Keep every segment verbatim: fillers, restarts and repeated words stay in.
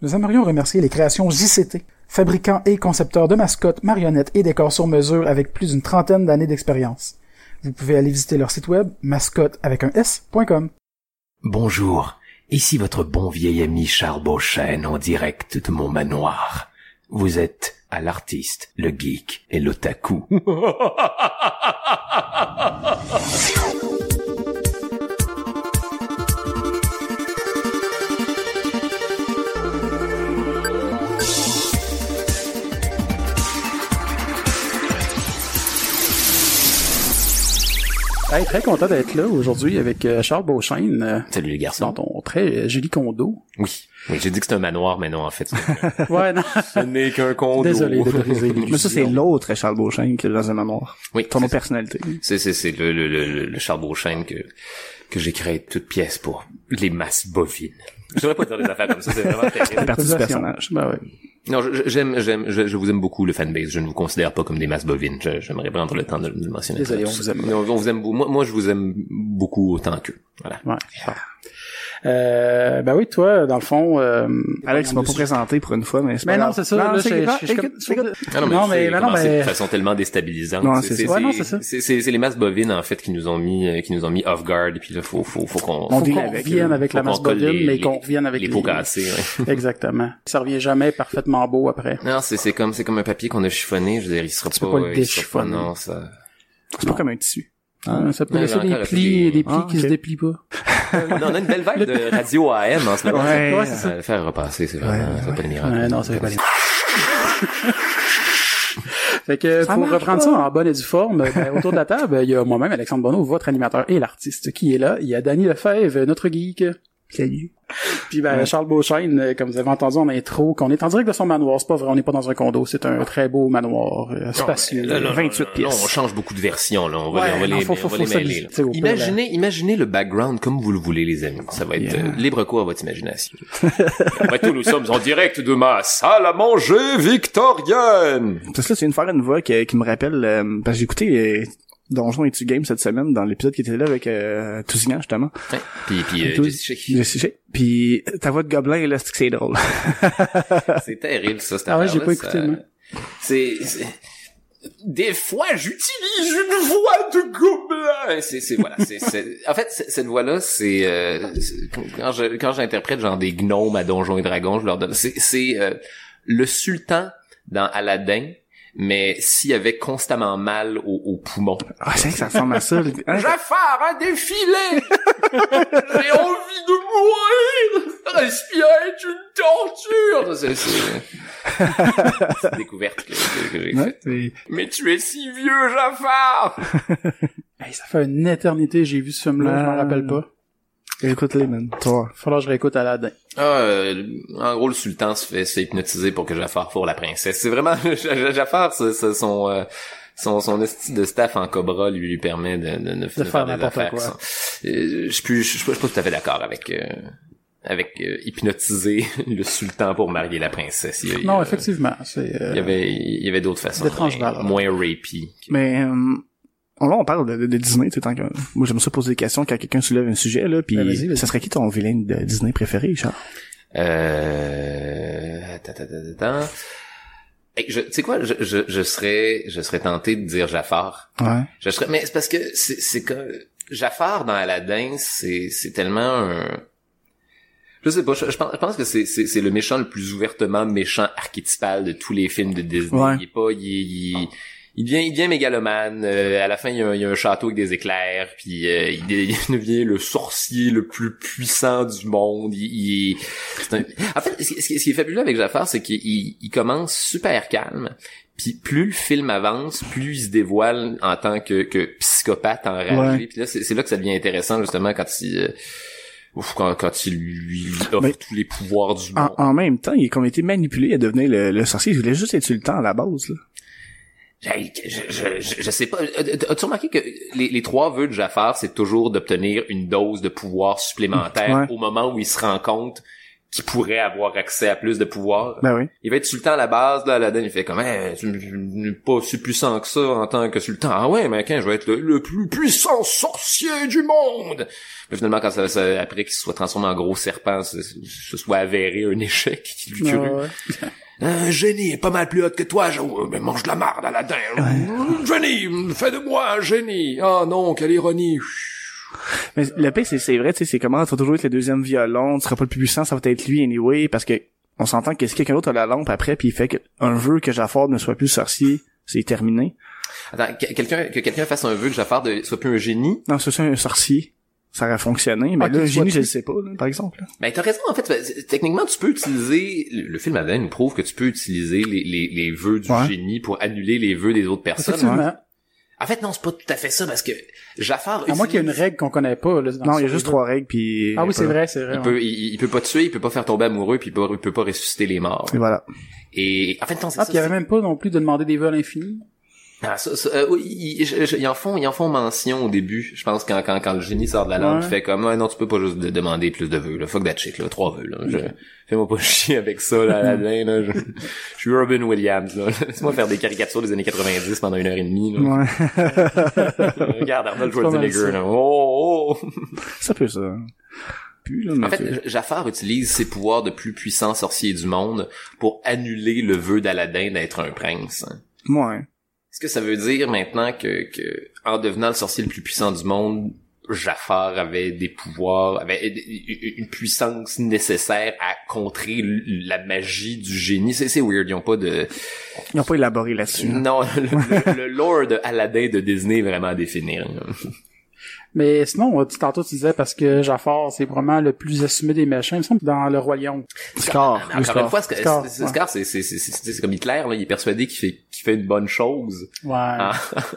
Nous aimerions remercier les créations J C T, fabricants et concepteurs de mascottes, marionnettes et décors sur mesure avec plus d'une trentaine d'années d'expérience. Vous pouvez aller visiter leur site web, mascotte avec un s point com. Bonjour, ici votre bon vieil ami Charles Beauchesne en direct de mon manoir. Vous êtes à l'artiste, le geek et l'otaku. Hey, très content d'être là aujourd'hui avec euh, Charles Beauchesne. Euh, Salut les garçons. Dans ton très euh, joli condo. Oui, oui, j'ai dit que c'est un manoir, mais non, en fait. Ouais, non. Ce n'est qu'un condo. Désolé de briser l'illusion. Mais ça, c'est l'autre Charles Beauchesne qui est dans un manoir. Oui. Ton autre personnalité. C'est, c'est, c'est le, le, le, le Charles Beauchesne que, que j'ai créé de toutes pièces pour les masses bovines. Je devrais pas dire des affaires comme ça, c'est vraiment terrible. C'est partie du personnage. Ben ouais. Non, je, j'aime, j'aime, je, je vous aime beaucoup, le fanbase. Je ne vous considère pas comme des masses bovines. Je, j'aimerais prendre le temps de, de le mentionner. Désolé, on vous aime. On, on vous aime beaucoup. Moi, moi, je vous aime beaucoup autant qu'eux. Voilà. Ouais. Euh, ben oui, toi, dans le fond, euh, Alex m'a pas présenté pour une fois, mais c'est mais pas non, grave. c'est ça. Non, là, c'est je- grave. je- je- Écoute, je- écoute. Ah non, mais, Non, tu sais mais- mais non, comment c'est mais- de façon tellement déstabilisante. Non, c'est, c'est c'est, ça. Ouais, non, c'est ça. C'est, c'est, c'est les masses bovines, en fait, qui nous ont mis, euh, qui nous ont mis off guard, et puis là, faut, faut, faut qu'on, On Faut deal qu'on avec, revienne là. avec faut la masse qu'on colle bovine, les- mais les- qu'on revienne avec les pots cassés, ouais. Exactement. Ça revient jamais parfaitement beau après. Non, c'est, c'est comme, c'est comme un papier qu'on a chiffonné, je veux dire, il sera Tu pas, peux pas le il sera pas, déchiffonner. non, ça. C'est pas comme un tissu. Ah, ça peut Ouais, laisser il y a des encore plis, des- des plis Ah, qui ok. se déplient pas. Non, on a une belle vibe de radio A M en ce moment. Ouais. Ouais, c'est ça. Euh, le faire repasser, c'est vraiment, Ouais, c'est pas des miracles. Ouais, non, ça fait pas les... Fait que, Ça pour marche reprendre pas. ça en bonne et due forme, ben, autour de la table, il y a moi-même, Alexandre Bonneau, votre animateur et l'artiste qui est là. Il y a Danny Lefebvre, notre geek. Salut. Puis ben, Ouais. Charles Beauchesne, euh, comme vous avez entendu en intro, qu'on est en direct de son manoir. C'est pas vrai, on n'est pas dans un condo. C'est un très beau manoir, euh, spacieux. Là, là, vingt-huit là, pièces. Là, on change beaucoup de versions, là. On va, Ouais, les- on va non, les, faut- on faut- va faut les mêler, là. s'habituer au peu, Imaginez, imaginez le background comme vous le voulez, les amis. Ça va être Yeah. euh, libre cours à votre imagination. Après tout, nous sommes en direct de ma salle à manger victorienne. Parce que là, tu viens de faire une voix qui, qui me rappelle, euh, parce que j'ai écouté euh, Donjons et Tu Game cette semaine dans l'épisode qui était là avec euh, Tousignan, justement. Ouais. Puis, puis, euh, Tout- Jessie Shea. Je sais. Puis ta voix de gobelin, là, c'est que c'est drôle. C'est terrible, ça, cette Ah ouais, j'ai affaire-là, pas écouté, ça- moi. C'est, c'est- des fois, j'utilise une voix de gobelin. C'est, c'est, voilà, c'est, c'est, en fait, c'est- cette voix-là, c'est, euh, c'est- quand je, quand j'interprète genre des gnomes à Donjons et Dragons, je leur donne, c'est, c'est, euh, le sultan dans Aladdin, mais s'il avait constamment mal au, au poumon. Ah, c'est vrai que ça ressemble à ça. Hein? Jafar a défilé! J'ai envie de mourir! Respirer est une torture! C'est, c'est, c'est une découverte que, que, que j'ai Ouais, faite. c'est- Mais tu es si vieux, Jafar! Hey, ça fait une éternité que j'ai vu ce film-là, je m'en Ah. rappelle pas. Écoute-les, man. Toi. Falloir que je réécoute Aladdin. Ah, euh, en gros, le sultan se fait, se fait hypnotiser pour que Jafar fourre la princesse. C'est vraiment, Jafar, c'est, c'est son, euh, son, son esti de staff en cobra lui, lui permet de, de, de, de faire des n'importe affaires quoi. qui sont- Euh, je suis plus, je suis pas, je suis pas tout à fait d'accord avec, euh, avec euh, hypnotiser le sultan pour marier la princesse. Il y a- il y a- Non, effectivement, c'est... euh, Il y avait, il y avait d'autres façons. D'étranges moins, valeurs. moins rapey. Mais euh, là, on parle de, de, de Disney, tu sais, tant que... Moi, j'aime ça poser des questions quand quelqu'un soulève un sujet, là, puis Ben, vas-y, vas-y. ça serait qui ton vilain de Disney préféré, Charles? Euh, attends, attends, attends, attends. Hey, je, tu sais quoi, je, je, je serais, je serais tenté de dire Jafar. Ouais. Je serais, mais c'est parce que c'est, c'est que Jafar dans Aladdin, c'est, c'est tellement un, je sais pas, je, je pense, je pense que c'est, c'est, c'est le méchant le plus ouvertement méchant archétypal de tous les films de Disney. Ouais. Il est pas, il, est- il, est- il devient, il devient mégalomane. Euh, à la fin, il y, a un, il y a un château avec des éclairs, puis euh, il, dé- il devient le sorcier le plus puissant du monde. Il, il est- c'est un- En fait, ce qui, ce qui- ce qui est fabuleux avec Jafar, c'est qu'il il, il commence super calme. Puis plus le film avance, plus il se dévoile en tant que, que psychopathe enragé. Ouais. Puis là, c'est, c'est là que ça devient intéressant justement quand il, euh, ouf, quand, quand il lui offre Mais- tous les pouvoirs du En, monde. en même temps, il a comme été manipulé à devenir le, le sorcier. Il voulait juste être sultan à la base, là. Hey, je, je, je, je sais pas. As-tu remarqué que les, les trois vœux de Jafar, c'est toujours d'obtenir une dose de pouvoir supplémentaire Ouais. au moment où il se rend compte qui pourrait avoir accès à plus de pouvoir. Ben oui. Il va être sultan à la base, là, Aladdin, il fait comme, hey, tu n'es pas si puissant que ça en tant que sultan. Ah ouais, mais quand je vais être le, le plus puissant sorcier du monde. Mais finalement, quand ça, ça après qu'il se soit transformé en gros serpent, ce, ce soit avéré un échec qui lui tuerait. Ah ouais. Un génie est pas mal plus hot que toi, je... mais mange de la marde, Aladdin. Ouais. Génie, fais de moi un génie. Ah non, quelle ironie. Mais le pire, c'est, c'est vrai, tu sais, c'est comment tu vas toujours être le deuxième violon, tu seras pas le plus puissant, ça va être lui anyway, parce que on s'entend que si quelqu'un d'autre a la lampe après, puis il fait un vœu que Jafar ne soit plus sorcier, c'est terminé. Attends, que quelqu'un, que quelqu'un fasse un vœu que Jafar de, soit plus un génie? Non, c'est ça, un sorcier. Ça aurait fonctionné, mais ah, là, un génie, plus... je le sais pas, là, par exemple. Là. Ben, t'as raison, en fait, techniquement, tu peux utiliser, le film Aladdin nous prouve que tu peux utiliser les, les, les vœux du ouais. génie pour annuler les vœux des autres personnes. Effectivement. Ouais. En fait, non, c'est pas tout à fait ça, parce que Jafar... À utilise... moins qu'il y ait une règle qu'on connaît pas, là. Non, il y a juste trois règles, puis... Ah oui, c'est vrai, c'est vrai. Il ouais. peut, il, il peut pas tuer, il peut pas faire tomber amoureux, puis il peut, il peut pas ressusciter les morts. Et voilà. Et, en fait, non, c'est ah, ça. puis il y avait même pas non plus de demander des vœux à l'infini. Ah, ça, ça, euh, ils, ils, ils en font, ils en font mention au début. Je pense quand quand quand le génie sort de la lampe, ouais. il fait comme ouais, non, tu peux pas juste de demander plus de vœux. Là. Fuck that shit, là, trois vœux. Là. Je, fais-moi pas chier avec ça, là, Aladdin. Là. Je, je suis Robin Williams. Là. Laisse-moi faire des caricatures des années quatre-vingt-dix pendant une heure et demie. Là. Ouais. Regarde Arnold Schwarzenegger. Là. Oh, oh. Ça peut ça. Plus, là, mais en fait, Jafar utilise ses pouvoirs de plus puissant sorcier du monde pour annuler le vœu d'Aladin d'être un prince. Ouais. Est-ce que ça veut dire maintenant que, que en devenant le sorcier le plus puissant du monde, Jafar avait des pouvoirs, avait une puissance nécessaire à contrer la magie du génie? C'est, c'est weird, ils ont pas de... Ils ont pas élaboré là-dessus. Non, le, le, le lore de Aladdin de Disney est vraiment à définir. Mais sinon, tu, tantôt tu disais parce que Jafar, c'est vraiment le plus assumé des méchants, il me semble, dans le Roi Lion. Scar. Encore une Scar. fois, Scar, Scar, c'est, Scar, c'est, c'est, c'est, c'est, c'est comme Hitler, là, il est persuadé qu'il fait, qu'il fait une bonne chose. Ouais. En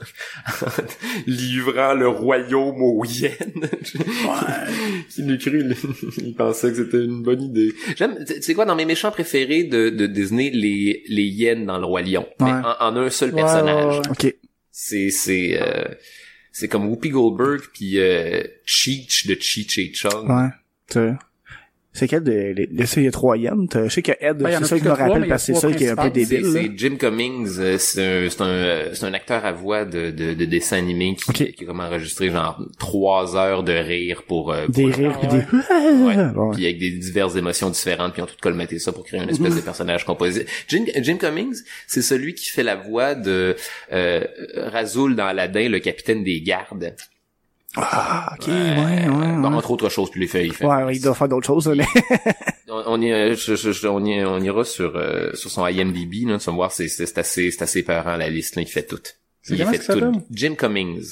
livrant le royaume aux hyènes. Ouais. Il lui cru, il pensait que c'était une bonne idée. J'aime, tu sais quoi, dans mes méchants préférés de, de Disney, les, les hyènes dans le Roi Lion. Ouais. Mais en, en un seul Ouais, personnage. ouais, ouais. Ok. C'est, c'est, euh, c'est comme Whoopi Goldberg puis euh, Cheech de Cheech et Chong. Ouais. C'est C'est quel de, de, de ça, il y a trois hyènes? Je sais que Ed, Ben, c'est ça que je me rappelle parce que c'est ça qui est un peu débile. C'est, là. c'est Jim Cummings, euh, c'est un, c'est un, c'est un acteur à voix de, de, de dessin animé qui, Okay. qui a comme enregistré genre trois heures de rire pour, euh, pour Des le- rires pis ouais. des... Ouais. Ouais. Puis avec des diverses émotions différentes, puis ils ont tout colmaté ça pour créer une espèce de personnage composé. Jim, Jim Cummings, c'est celui qui fait la voix de euh, Razoul dans Aladdin, le capitaine des gardes. Ah, ok, ouais, Euh, ouais, ouais. bon, entre autres choses, puis les fait, il fait. Ouais, ouais, il doit faire d'autres choses, là, mais... On, on, y, euh, je, je, je- on, y, on ira sur euh, sur son I M D B, là, tu vas voir, c'est, c'est, c'est assez c'est assez peurant, la liste, là, il fait tout. C'est Il comment fait que ça s'appelle? Jim Cummings.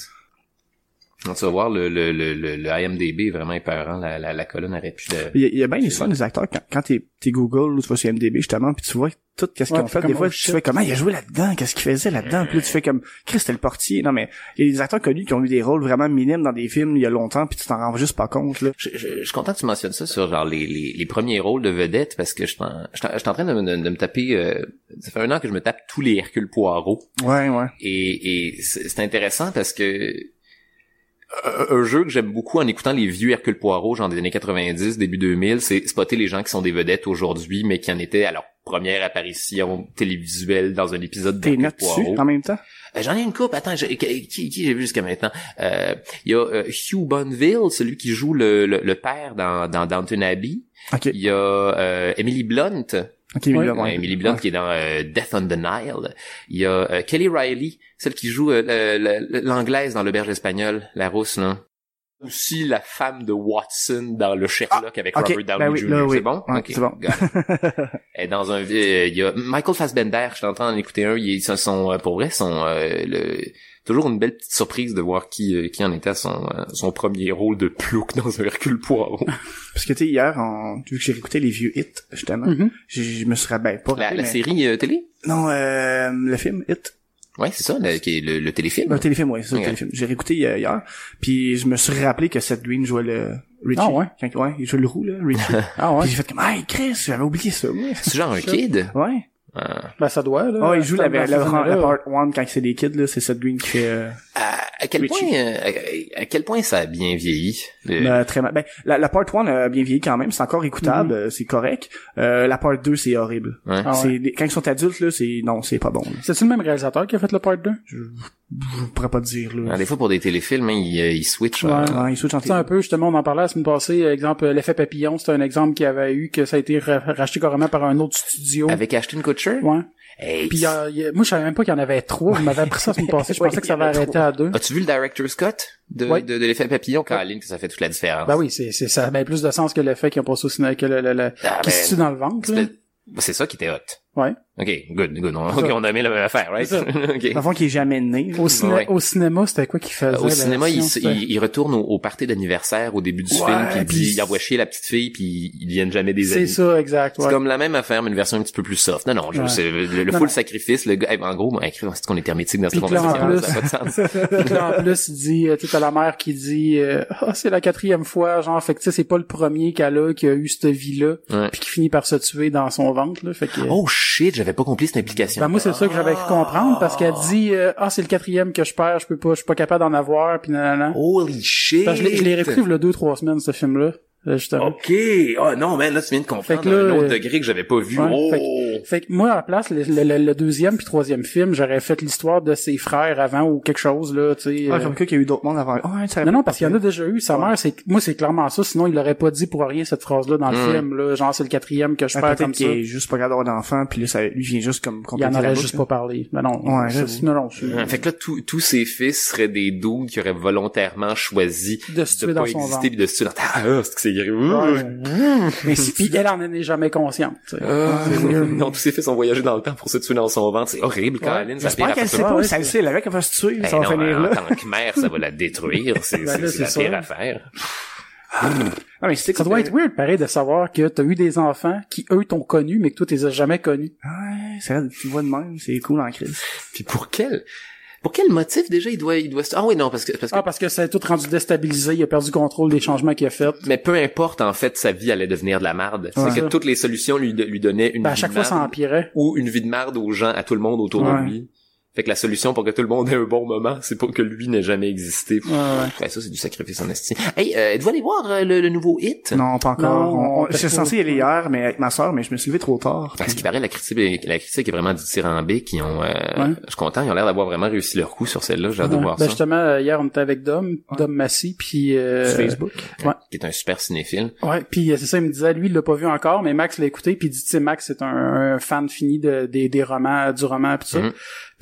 Donc, tu vas voir, le, le, le, le, le I M D B est vraiment épeurant, la, la, la colonne aurait pu de... Il y a, il y a bien des souvent des acteurs, quand, quand t'es, t'es Google, ou tu vas sur I M D B, justement, puis tu vois tout qu'est-ce qu'ils Ouais, ont fait. comme, Des fois, oh, tu shit. fais comment il a joué là-dedans, qu'est-ce qu'il faisait là-dedans, puis là, tu fais comme, Chris, c'était le portier. Non, mais il y a des acteurs connus qui ont eu des rôles vraiment minimes dans des films il y a longtemps, puis tu t'en rends juste pas compte, là. Je, je, je suis content que tu mentionnes ça sur genre les, les, les premiers rôles de vedettes parce que je suis en, je suis en, je suis en train de, me- de, de me taper euh, ça fait un an que je me tape tous les Hercule Poirot Ouais, ouais. et, et c'est, c'est intéressant parce que un, un jeu que j'aime beaucoup en écoutant les vieux Hercule Poirot genre des années quatre-vingt-dix, début deux mille, c'est spotter les gens qui sont des vedettes aujourd'hui mais qui en étaient à leur première apparition télévisuelle dans un épisode T'es d'Hercule notes dessus, Poirot. en même temps? Euh, J'en ai une coupe. Attends, j'ai- qui, qui, qui j'ai vu jusqu'à maintenant? Euh, Il y a euh, Hugh Bonneville, celui qui joue le, le, le père dans, dans Downton Abbey. Ok. Il y a euh, Emily Blunt, Ok, mais Ouais. là, euh, ouais. Emily Blunt Ouais. qui est dans euh, Death on the Nile. Il y a euh, Kelly Riley, celle qui joue euh, le- le- l'anglaise dans l'auberge espagnole, la rousse là. Aussi la femme de Watson dans le Sherlock avec ok. Robert Downey Ben oui, junior là, oui. C'est bon? Ouais, Ok, c'est bon. got it. Elle est dans un, euh, il y a Michael Fassbender, je suis en train d'en écouter un, ils sont, sont euh, pour vrai, sont euh, le, toujours une belle petite surprise de voir qui euh, qui en était à son euh, son premier rôle de plouc dans un Hercule Poirot. Parce que, tu sais, hier, en... vu que j'ai réécouté les vieux hits, justement, Mhm. j'ai- je me serais ben pas La, rappelé, la mais- série euh, télé? Non, euh, le film Hit. Ouais, c'est ça, le, qui est le, le téléfilm. Le téléfilm, oui, c'est ça, le Ok. téléfilm. J'ai réécouté euh, hier, puis je me suis rappelé que Seth Green jouait le Richie. Ah ouais? Quand, ouais, il jouait le roux, là, Richie. Ah ouais? Puis j'ai fait comme, hey, Chris, j'avais oublié ça, moi. C'est genre un kid? Ouais. Ah. Ben, ça doit, là. Oh, il joue la, Cette la, la, version-là. la part one quand c'est des kids, là, c'est Seth Green qui fait, euh... À, à quel Richie. point, euh, à, à quel point ça a bien vieilli? Le- Ben, très mal. Ben, la, la part un a bien vieilli quand même, c'est encore écoutable, Mm-hmm. euh, c'est correct. Euh, la part deux, c'est horrible. Ouais. Ah C'est ouais. des- quand ils sont adultes là, c'est non, c'est pas bon. Là. C'est-tu le même réalisateur qui a fait le part deux? Je, je pourrais pas te dire là. Ah, des fois, pour des téléfilms, hein, ils, euh, ils switchent. Ouais. euh, Ouais, ils switchent entre C'est un peu, justement, on en parlait la semaine passée, exemple, l'effet papillon, c'est un exemple qu'il y avait eu, que ça a été ra- racheté carrément par un autre studio. Avec Ashton Kutcher? Ouais. Hey, Puis, euh, y a- moi, je savais même pas qu'il y en avait trois. Vous m'avez appris ça la semaine passée. Je Ouais, pensais que il y ça avait en avait arrêté à deux. as-tu vu le director's cut de, Ouais. de, de l'effet papillon, Caroline, que ça fait toute la différence? Ben oui, c'est, c'est, ça a bien plus de sens que l'effet qu'ils ont passé au cinéma, que le, le, le- Ah, qui ben, se tue dans le ventre, là. c'est- C'est ça qui était hot. Ouais. Ok, good, good. On, C'est ok, ça. on a mis la même affaire, right? C'est ça. Ok. Dans le fond, qui est jamais né. là. Au, ciné- Ouais. au cinéma, c'était quoi qu'il faisait? Au la cinéma, il, version, se- c'était- il, il retourne au, au party d'anniversaire au début du Ouais, film, puis il, puis dit, il envoie chier la petite fille, puis ils deviennent jamais des C'est amis. ça, exact, C'est ouais. comme la même affaire, mais une version un petit peu plus soft. Non, non, je- Ouais. c'est le, le Non, full non. sacrifice. Le gars, eh, en gros, moi, écrit, c'est qu'on est hermétique dans cette Puis que là, en conversation. plus- Ça n'a pas de sens. Puis là, en plus, il dit, euh, tu sais, t'as la mère qui dit, euh, ah, c'est la quatrième fois, genre, fait que tu sais, c'est pas le premier qu'elle a, qui a eu cette vie-là, Ouais. puis qui finit par se tuer dans son ventre, là, fait que... Oh shit, j'avais pas compris cette implication. Ben moi c'est ça que j'avais cru comprendre parce qu'elle dit euh, ah c'est le quatrième que je perds, je peux pas je suis pas capable d'en avoir puis nanana. Holy shit! Parce que je l'ai- je l'ai repris il y a deux trois semaines ce film là justement. Ok, oh non, man, là tu viens de comprendre Fait que là, un autre euh, degré que j'avais pas vu. Ouais, oh! fait Fait que moi à la place le, le, le- le deuxième puis troisième film, j'aurais fait l'histoire de ses frères avant ou quelque chose là, tu sais. Ah, euh, comme quoi qu'il y a eu d'autres mondes avant. Ouais, ça Non, non, parce qu'il y en a déjà eu. Sa Ouais. mère, c'est, moi, c'est clairement ça. Sinon, il l'aurait pas dit pour rien, cette phrase-là, dans le Mm. film, là. Genre, c'est le quatrième que je Ouais, perds peut-être comme ça. qu'il est juste pas capable d'avoir d'enfant, puis là, ça, lui vient juste comme Il en compléter la aurait boucle, juste là. pas parlé. Ben non. Ouais, c'est- j'avoue. non, non, c'est- Ouais, fait que là, tous tous ses fils seraient des dudes qui auraient volontairement choisi de se tuer de dans pas son exister ventre. puis de se tuer dans ta... Ah, c'est que c'est gris. Ouais. Mais si, puis elle en est jamais consciente, tu sais. Ah, C'est weird. non, tous ses fils ont voyagé dans le temps pour se tuer dans son ventre. C'est horrible, Caroline. Ça J'espère pire qu'elle affaire. sait pas, ouais, si elle le c'est- sait, elle avait qu'elle va se tuer, Ben ça va non, finir en là. tant que mère, ça va la détruire. C'est Ben là, c'est- c'est c'est la ça. pire affaire. Ah, mais c'est Ça doit être weird, pareil, de savoir que t'as eu des enfants qui, eux, t'ont connu, mais que toi, t'es as jamais connus. Ouais, c'est vrai, tu vois de même, c'est cool en crise. Puis pour quel... Pour quel motif, déjà, il doit... il doit... se- Ah oui, non, parce que... Parce que... Ah, parce que ça a tout rendu déstabilisé, il a perdu contrôle des changements qu'il a fait. Mais peu importe, en fait, sa vie allait devenir de la marde. Ouais. C'est que toutes les solutions lui, lui donnaient une Ben, à vie chaque de fois, ça marde empirait. ou une vie de marde aux gens, à tout le monde autour Ouais. de lui. Fait que la solution pour que tout le monde ait un bon moment, c'est pour que lui n'ait jamais existé. Ouais, ouais. Ouais, ça, c'est du sacrifice en esti. Hey, euh, êtes-vous allé voir euh, le, le nouveau Hit? Non, pas encore. Non, On- on- on- J'étais censé y aller hier, mais avec ma soeur, mais je me suis levé trop tard. Parce qu'il paraît, la critique, la critique est vraiment dithyrambique. Qui ont, euh, Ouais. je suis content, ils ont l'air d'avoir vraiment réussi leur coup sur celle-là. J'ai hâte de Ouais. voir Ben, ça. justement, euh, hier, on était avec Dom, Ouais. Dom Massy, puis euh, Sur Facebook. ouais. Qui est un super cinéphile. Ouais, puis euh, c'est ça, il me disait, lui, il l'a pas vu encore, mais Max l'a écouté, puis il dit, tu sais, Max, c'est un, un fan fini de, des, des romans, du roman, pis ça. Mhm.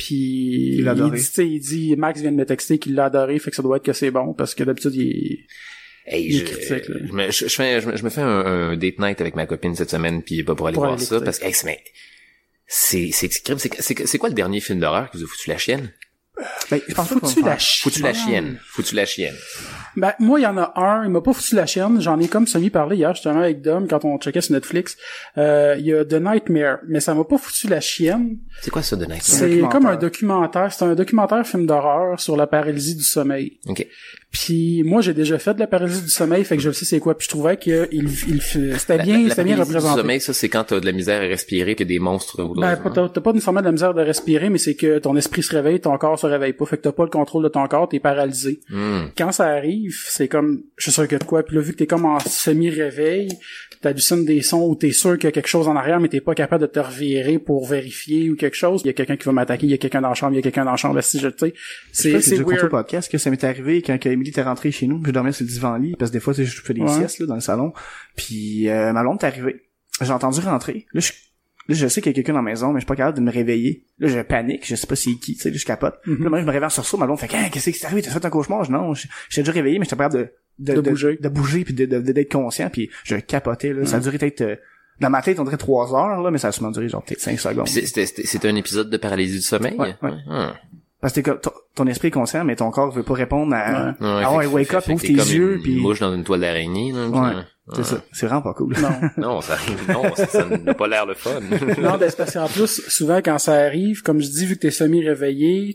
Puis Il l'a adoré. dit, tu sais, il dit, Max vient de me texter qu'il l'a adoré, fait que ça doit être que c'est bon, parce que d'habitude, il est... Hey, Il est je, critique, là. je, me, je, je fais, je, me, je me fais un, un date night avec ma copine cette semaine, puis pas pour aller Pour voir aller ça, l'écouter. parce que hey, c'est, mais, c'est, c'est, c'est, c'est, c'est, c'est quoi le dernier film d'horreur qui vous a foutu la chienne? Ben, je pense pas qu'on Foutu va la le faire. chienne. Foutu la chienne. Foutu la chienne. Ben, moi, il y en a un, il m'a pas foutu la chienne, j'en ai comme semi-parlé hier, justement, avec Dom, quand on checkait sur Netflix. Euh, il y a The Nightmare, mais ça m'a pas foutu la chienne. C'est quoi ça de Nightmare? C'est documentaire. comme un documentaire, c'est un documentaire film d'horreur sur la paralysie du sommeil. Ok. Puis moi j'ai déjà fait de la paralysie du sommeil, fait que je sais c'est quoi. Puis je trouvais que il, il c'était La- bien, la, la c'était bien paralysie du représenté. sommeil, ça, c'est quand t'as de la misère à respirer, que des monstres autour Ben de toi. t'as, t'as pas nécessairement de la misère de respirer, mais c'est que ton esprit se réveille, ton corps se réveille pas, fait que t'as pas le contrôle de ton corps, t'es paralysé. Hmm. Quand ça arrive, c'est comme, je suis sûr que de quoi. Puis là vu que t'es comme en semi-réveil, t'hallucines des sons où t'es sûr qu'il y a quelque chose en arrière, mais t'es pas capable de te revirer pour vérifier ou quelque chose. Il y a quelqu'un qui va m'attaquer, il y a quelqu'un dans la chambre, il y a quelqu'un dans la chambre. Si je tu sais, Je sais c'est pas si j'ai c'est déjà conté au weird. podcast que ça m'est arrivé quand Emily était rentrée chez nous, je dormais sur le divan-lit, parce que des fois, tu sais, je fais des Ouais. siestes, là, dans le salon, puis euh, ma blonde est arrivée. J'ai entendu rentrer. Là, je, là, je sais qu'il y a quelqu'un dans la maison, mais je suis pas capable de me réveiller. Là, je panique, je sais pas c'est qui, tu sais, là, je capote. Mhm. Puis là, moi, je me réveille en sursaut, ma blonde fait, Hein, qu'est-ce qui s'est arrivé? T'as fait un cauchemar? Je dis, non, je- j'étais déjà réveillé, mais j'étais pas capable de, De bouger. de, bouger puis de, de, de- d'être conscient, puis je capotais, là. Ça a duré peut-être, euh, dans ma tête, on dirait trois heures, là, mais ça a sûrement duré genre peut-être cinq secondes. Puis c'est- C'était, c'était, c'était un épisode de paralysie du sommeil? Ouais, ouais. Hmm. Parce que t'es comme, ton, ton esprit est conscient, mais ton corps veut pas répondre à, Ouais. Ouais, ah fait ouais, que- wake fait- up, fait que ouvre t'es tes comme yeux, une puis mouche dans une toile d'araignée, là. Ouais. puis, c'est euh, ça. C'est vraiment pas cool. Non. Non, ça arrive. Non, ça, ça n'a pas l'air le fun. Non, ben, c'est parce qu'en plus, souvent, quand ça arrive, comme je dis, vu que t'es semi-réveillé,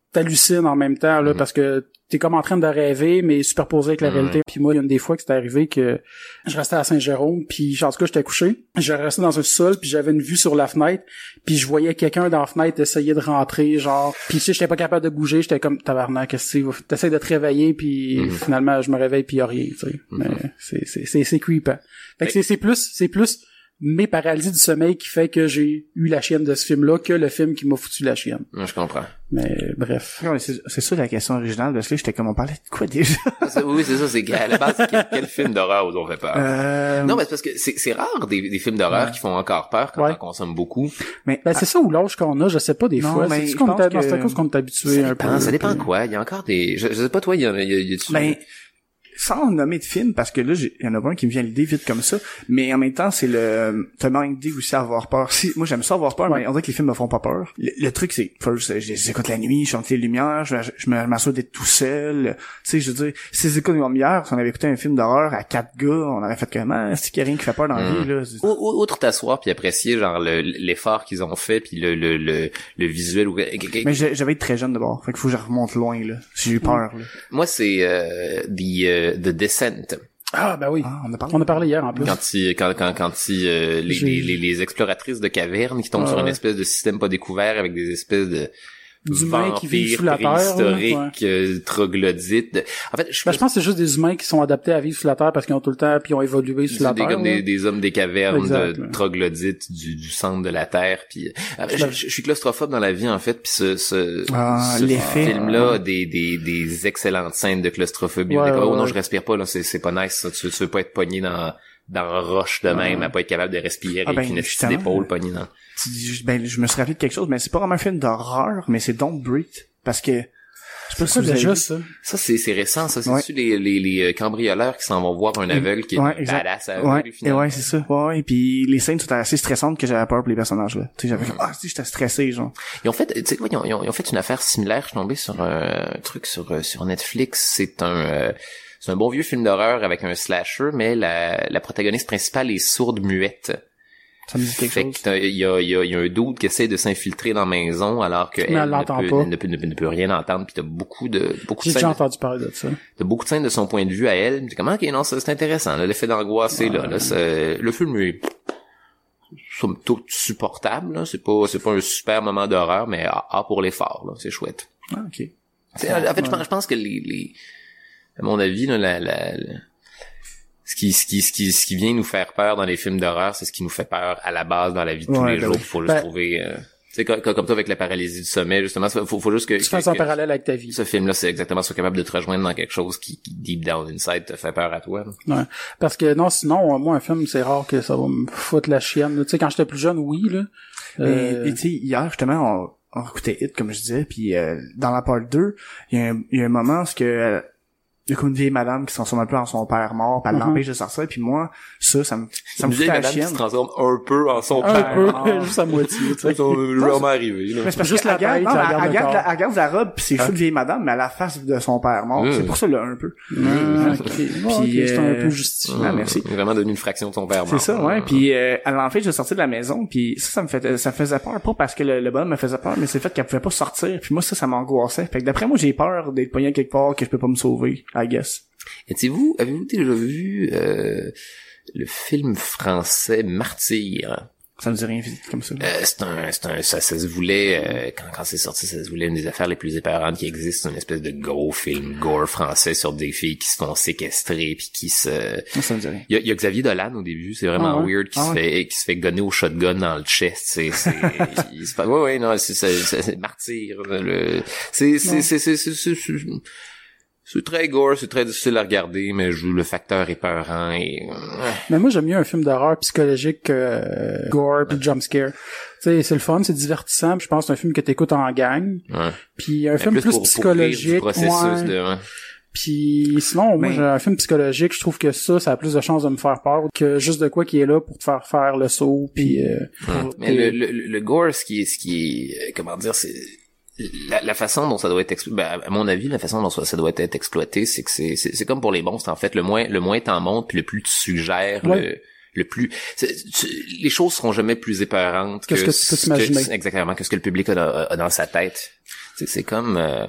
t'hallucines en même temps, là, mm-hmm. parce que t'es comme en train de rêver, mais superposé avec la mm-hmm. réalité. Puis moi, il y a une des fois que c'était arrivé que je restais à Saint-Jérôme, puis en tout cas, j'étais couché. Je restais dans un sol, puis j'avais une vue sur la fenêtre, puis je voyais quelqu'un dans la fenêtre essayer de rentrer, genre. Puis tu sais, j'étais pas capable de bouger, j'étais comme tabarnak, qu'est-ce que c'est? T'essayes de te réveiller, puis mm-hmm. finalement, je me réveille, puis y a rien, tu sais. Mm-hmm. Mais c'est c'est c'est c'est creepant. Fait que c'est c'est plus c'est plus mes paralysies du sommeil qui fait que j'ai eu la chienne de ce film-là que le film qui m'a foutu la chienne. Ouais, je comprends. Mais bref. Ouais, c'est, c'est ça la question originale, parce que là, j'étais comme, on parlait de quoi déjà? c'est, oui, c'est ça, c'est à la base, quel, quel film d'horreur vous ont fait peur? Euh... Non, mais c'est parce que c'est, c'est rare des, des films d'horreur ouais. qui font encore peur quand ouais. on consomme beaucoup. Mais ben, c'est ça ou l'âge qu'on a, je sais pas des non, fois. C'est ce qu'on est, que... c'est à cause qu'on est habitué un peu. Ça dépend quoi. Il y a encore des, je, je sais pas toi, il y a, il y a, il y a ben, sans nommer de film, parce que là, il y en a pas un qui me vient l'idée vite comme ça, mais en même temps, c'est le Thomas Indy aussi à avoir peur. Si, moi, j'aime ça avoir peur, ouais. mais on dirait que les films me font pas peur. Le, le truc, c'est, first, je les écoute la nuit, je chante les lumières, je, je, je m'assure d'être tout seul. Tu sais, je veux dire, si les écoutes les lumières, si on avait écouté un film d'horreur à quatre gars, on aurait fait comment? C'est qu'il y a rien qui fait peur dans la mmh. vie, là. Outre t'asseoir puis apprécier, genre, le, l'effort qu'ils ont fait puis le, le, le, le visuel. Mais j'avais été très jeune d'abord. Fait qu'il faut que je remonte loin, là. Si j'ai eu peur, mmh. là. Moi, c'est, euh, The, uh, The Descent. Ah ben oui, ah, on a parlé on a parlé hier en plus. Quand il, quand quand quand il, euh, les, les les les exploratrices de cavernes qui tombent ah, sur une espèce de système pas découvert avec des espèces de d'humains qui vivent sous la terre, historiques, ouais. euh, troglodytes. En fait, je, ben, je pense que c'est juste des humains qui sont adaptés à vivre sous la terre parce qu'ils ont tout le temps puis ils ont évolué sous la des, terre. Comme des, des hommes des cavernes, exact, de ouais. troglodytes du, du centre de la terre. Puis euh, je, je, je suis claustrophobe dans la vie en fait. Puis ce ce, ah, ce film-là, ouais. des des des excellentes scènes de claustrophobie. Ouais, oh ouais. non, je respire pas là, c'est c'est pas nice. Ça. Tu, tu veux pas être pogné dans dans roche de même, ouais. à pas être capable de respirer, ah, ben, puis une petite épaule pognée dans. Ben, je me suis rappelé de quelque chose, mais c'est pas vraiment un film d'horreur, mais c'est Don't Breathe. Parce que, je sais pas si déjà ça. Ça, c'est, c'est récent, ça. Ouais. C'est-tu les, les, les cambrioleurs qui s'en vont voir un aveugle qui est ouais, badass à ouais, aveugle, finalement. Ouais, c'est ça. Ouais, et puis les scènes étaient assez stressantes que j'avais peur pour les personnages, là. Tu sais, j'avais comme, ah, si, j'étais stressé, genre. Ils ont fait, tu sais quoi, ils ont, ils ont, ils ont fait une affaire similaire. Je suis tombé sur un truc sur, sur Netflix. C'est un, euh, c'est un bon vieux film d'horreur avec un slasher, mais la, la protagoniste principale est sourde muette. Ça me dit quelque fait chose. Il y a, il y a, il y a un dude qui essaie de s'infiltrer dans la maison alors qu'elle ne, ne, peut, ne, peut, ne, peut, ne peut rien entendre. Puis t'as beaucoup de beaucoup J'ai de scènes. J'ai déjà entendu parler de ça. T'as beaucoup de scènes de son point de vue à elle. C'est comment, ok, non, ça, c'est intéressant. Là, l'effet d'angoisse, c'est ouais. là. là c'est, le film est somme toute supportable. Là. C'est pas, c'est pas un super moment d'horreur, mais ah, ah pour l'effort, là, c'est chouette. Ah, ok. C'est, en fait, ouais. je, pense, je pense que les, les, à mon avis, là, la, la, la Ce qui, ce qui, ce qui, ce qui vient nous faire peur dans les films d'horreur, c'est ce qui nous fait peur à la base dans la vie de tous ouais, les ben jours. oui. Faut juste ben, trouver, euh, tu sais, comme, comme toi avec la paralysie du sommeil, justement, faut, faut juste que... Tu fasses un parallèle avec ta vie. Ce film-là, c'est exactement soit capable de te rejoindre dans quelque chose qui, qui deep down inside, te fait peur à toi. Là. Ouais. Parce que non, sinon, moi, un film, c'est rare que ça va me foutre la chienne. Tu sais, quand j'étais plus jeune, oui, là. Euh... Et tu sais, hier, justement, on, on écoutait Hit, comme je disais, puis euh, dans la part deux, il y a un, il y a un moment où que... il y a comme une vieille madame qui se transforme un peu en son père mort, pis elle mm-hmm. l'empêche de sortir, puis moi, ça, ça me, ça me fout la chienne. Une vieille madame qui se transforme un peu en son un père peu, mort. juste à moitié, tu sais. Ça m'est vraiment arrivé, là. Mais c'est parce juste la tête, elle regarde la, regarde la robe, pis c'est fou de vieille madame, mais à la face de son père mort. Mm. C'est pour ça, là, un peu. Mm. Okay. Puis, okay, c'est un peu justifié. Ah, merci. Il est vraiment devenu une fraction de son père mort. C'est ça, ouais. Puis, euh, elle l'empêche de sortir de la maison, puis ça, ça me fait, ça me faisait peur, pas parce que le, le bonhomme me faisait peur, mais c'est le fait qu'elle pouvait pas sortir, puis moi, ça, ça m'angoissait. Fait que d'après moi, j'ai peur d'être pogné quelque part que je peux pas me sauver, I guess. Étiez-vous, avez-vous déjà vu euh, le film français Martyr? Ça me dit rien comme ça. Euh, c'est un, c'est un, ça, ça se voulait, euh, quand, quand c'est sorti, ça se voulait une des affaires les plus épeurantes qui existent, une espèce de gros film gore français sur des filles qui se font séquestrer puis qui se... Ça me dit rien. Il y a, il y a Xavier Dolan au début, c'est vraiment ah ouais. weird, qui ah se ouais. fait, qui se fait gonner au shotgun dans le chest, c'est, c'est, il, c'est pas, ouais, ouais, non, c'est, c'est, c'est, c'est Martyr, le, c'est, c'est, c'est, c'est, c'est, c'est, c'est C'est très gore, c'est très difficile à regarder, mais je, le facteur épeurant et... Mais moi, j'aime mieux un film d'horreur psychologique que euh, gore pis jumpscare. Tu sais, c'est le fun, c'est divertissant, pis je pense que c'est un film que t'écoutes en gang. Ouais. Puis un mais film plus, plus pour, psychologique. Pour processus ouais. de... Ouais. Puis sinon, moi, mais... j'ai un film psychologique, je trouve que ça, ça a plus de chances de me faire peur que juste de quoi qui est là pour te faire faire le saut, puis... Euh, hum. Mais le, le, le gore, ce qui est... Ce qui est comment dire, c'est... La, la façon dont ça doit être explo- ben, à mon avis, la façon dont ça, ça doit être exploité, c'est que c'est, c'est, c'est comme pour les monstres, en fait. Le moins, le moins t'en montres, puis le plus tu suggères, ouais. le, le plus, c'est, tu, les choses seront jamais plus épeurantes que, que ce que tu peux t'imaginer. Que, exactement, que ce que le public a dans, a dans sa tête. C'est, c'est comme, euh,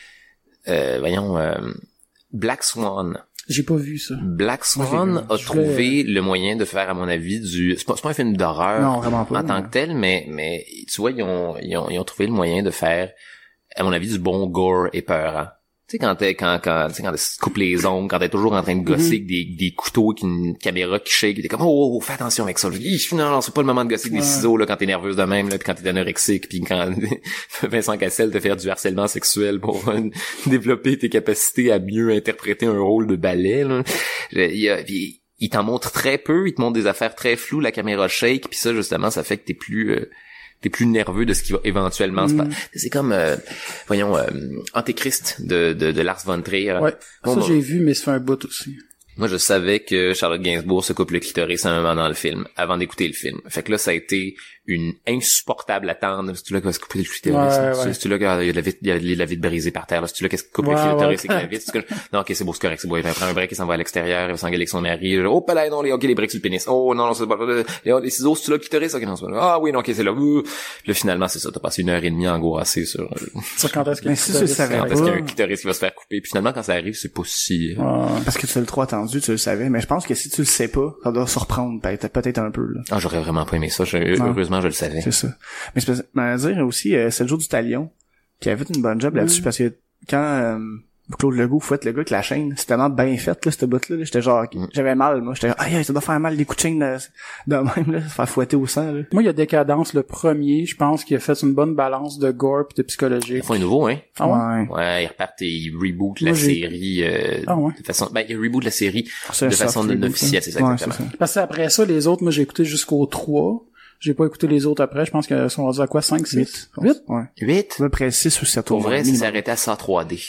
euh, voyons, euh, Black Swan. J'ai pas vu ça. Black Swan Moi, a je trouvé le moyen de faire, à mon avis, du... C'est pas, c'est pas un film d'horreur Non, vraiment pas, en tant non. que tel, mais mais tu vois, ils ont, ils ont ils ont trouvé le moyen de faire, à mon avis, du bon gore épeurant. Tu sais, quand t'es, quand, quand, tu sais, quand tu coupes les ongles, quand t'es toujours en train de gosser avec des, des couteaux avec une caméra qui shake, t'es comme, oh, oh, oh, fais attention avec ça. Hi, non, non, c'est pas le moment de gosser avec Ouais. des ciseaux, là, quand t'es nerveuse de même, là, pis quand t'es anorexique, pis quand Vincent Cassel te faire du harcèlement sexuel pour euh, développer tes capacités à mieux interpréter un rôle de ballet, là. Il y a, pis, il t'en montre très peu, il te montre des affaires très floues, la caméra shake, puis ça, justement, ça fait que t'es plus, euh, t'es plus nerveux de ce qui va éventuellement Mm. se passer. C'est comme, euh, voyons, euh, Antéchrist de, de, de Lars von Trier. Ouais. Bon, ça, bon. j'ai vu, mais ça fait un bout aussi. Moi, je savais que Charlotte Gainsbourg se coupe le clitoris à un moment dans le film, avant d'écouter le film. Fait que là, ça a été une insupportable attente. C'est-tu là qui va se couper le clitoris? Ouais, C'est- ouais. C'est-tu là qu'il y a de la vitre, il y a de la vitre brisée par terre? Là? C'est-tu là qu'est-ce qui coupe Ouais, le clitoris ouais. avec la vitre? C'est-tu que- Non, ok, c'est beau, c'est correct, c'est beau. Il va prendre un break, il s'en va à l'extérieur, il va s'engueuler avec son mari. Oh, pas là, non, les, ok, les breaks sur le pénis. Oh, non, non, c'est pas, les, les ciseaux, c'est-tu là le clitoris? Ok, non, c'est pas là. Ah oui, non, ok, c'est là. Ouh. Puis là, finalement, c'est ça. T'as passé une heure et demie angoissé sur, euh, Sur quand est-ce que Mais le si clitoris tu le savais quand s'arrête. est-ce qu'il y a pas. un clitoris qui va se faire couper. Puis finalement, quand ça arrive, c'est pas si, euh, Ouais. Parce que tu l'as trop attendu, tu le savais. Mais je pense que si tu le sais pas, ça doit surprendre peut-être, peut-être un peu, là. ah, j'aurais vraiment pas aimé ça. Je- Non. heureusement, je le savais. C'est ça. Mais c'est pas, mais à dire aussi, euh, c'est le jour du talion, qui avait fait une bonne job là-dessus, Mm. parce que quand, euh, Claude Legault fouette le gars avec la chaîne, c'est tellement bien fait, là, cette bout-là, là. J'étais genre, Mm. j'avais mal, moi. J'étais, aïe, ça doit faire mal, des coups de chaîne de, de même, là, se faire fouetter au sang, là. Moi, il y a Décadence, le premier, je pense qu'il a fait une bonne balance de gore pis de psychologique. Ils font un nouveau, hein? Ah ouais? Ouais, ils repartent et ils rebootent la Moi, j'ai- série euh, Ah ouais? de façon... Ben, ils rebootent la série C'est un de façon soft non reboot, officielle, hein. c'est ça, Ouais, exactement. c'est ça. Parce que après ça, les autres, moi, j'ai écouté jusqu'au trois. J'ai pas écouté les autres après. Je pense qu'ils sont rendus à quoi? cinq, six? Huit. huit? Ouais. Huit? À peu près six ou sept Pour au vrai, moins, ça minimum. s'arrêtait à cent trois D.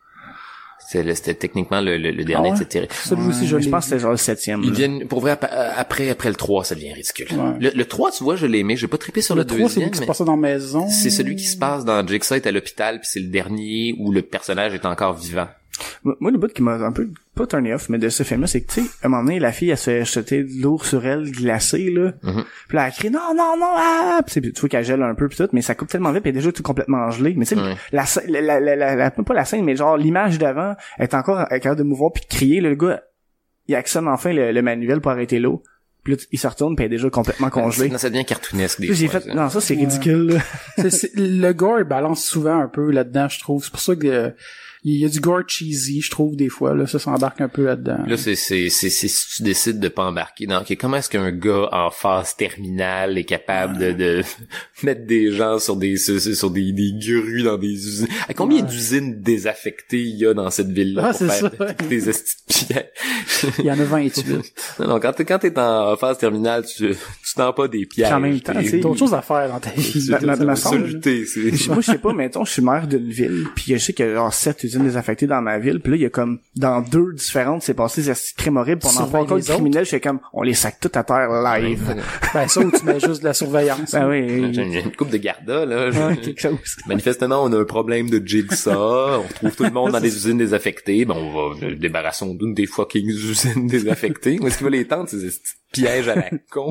C'est le- C'était techniquement le, le, le dernier Ah ouais? de cette série. Celui aussi, Ouais, je mais l'ai je pense que vu. c'était genre le septième. Ils là. viennent, pour vrai, ap- après, après le trois, ça devient ridicule. Ouais. Le, le trois, tu vois, je l'ai aimé. J'ai pas trippé sur le, Le trois, c'est deuxième, lui qui se mais passait dans la maison. c'est celui qui se passe dans Jigsaw est à l'hôpital, puis c'est le dernier où le personnage est encore vivant. Moi, moi, le bout qui m'a un peu, pas turné off, mais de ce film-là, c'est que, tu sais, à un moment donné, la fille, elle se fait jeter de l'eau sur elle, glacée, là. Mhm. Puis là, elle crie, non, non, non, ah! Puis tu vois qu'elle gèle un peu, pis tout, mais ça coupe tellement vite, pis elle est déjà tout complètement gelée. Mais tu sais, Ouais. la, scè- la, la, la, la, la- pas la scène, mais genre, l'image d'avant, elle est encore capable de mouvoir puis de crier, là, le gars, il actionne enfin le, le manuel pour arrêter l'eau. Puis là, il se retourne, puis elle est déjà complètement congelée. Non, ça devient cartoonesque des Puis j'ai fois. fait, ça. non, ça, c'est Ouais. ridicule, là. C'est- c'est- le gore, il balance souvent un peu là-dedans, je trouve. C'est pour ça que euh, il y a du gore cheesy, je trouve, des fois. Là, ça s'embarque un peu là-dedans. Là, c'est, c'est, c'est, c'est si tu décides de pas embarquer dans, ok, comment est-ce qu'un gars en phase terminale est capable de, de mettre des gens sur des, sur, sur des, des grues dans des usines? À combien Ouais. d'usines désaffectées il y a dans cette ville-là Ah, pour c'est faire ça, ouais. des, des estis de pièges? Il y en a vingt-huit. Non, non, quand t'es, quand t'es en phase terminale, tu, tu tends pas des pièges. En même temps, T'es- tu sais, T'as autre chose à faire dans ta vie. Ma- ma- t'as- ma t'as semble, soluté, c'est- Moi, je sais pas, mettons, je suis maire d'une ville, puis je sais qu'il y a genre sept usines désaffectées dans ma ville, puis là, il y a comme, dans deux différentes, c'est passé des astuces crèmes horribles, puis on en Surveille fait encore les des criminels, je fais comme, on les sac tout à terre live. Ben, ça, ou tu mets juste de la surveillance. Ben oui. J'ai une, j'ai une coupe de Garda, là. Je- Ouais, quelque chose. Manifestement, on a un problème de Jigsaw. On retrouve tout le monde dans des usines désaffectées. Ben, on va débarrasser d'une des fucking usines désaffectées. Où est-ce qu'il va les tendre, ces petits pièges à la con?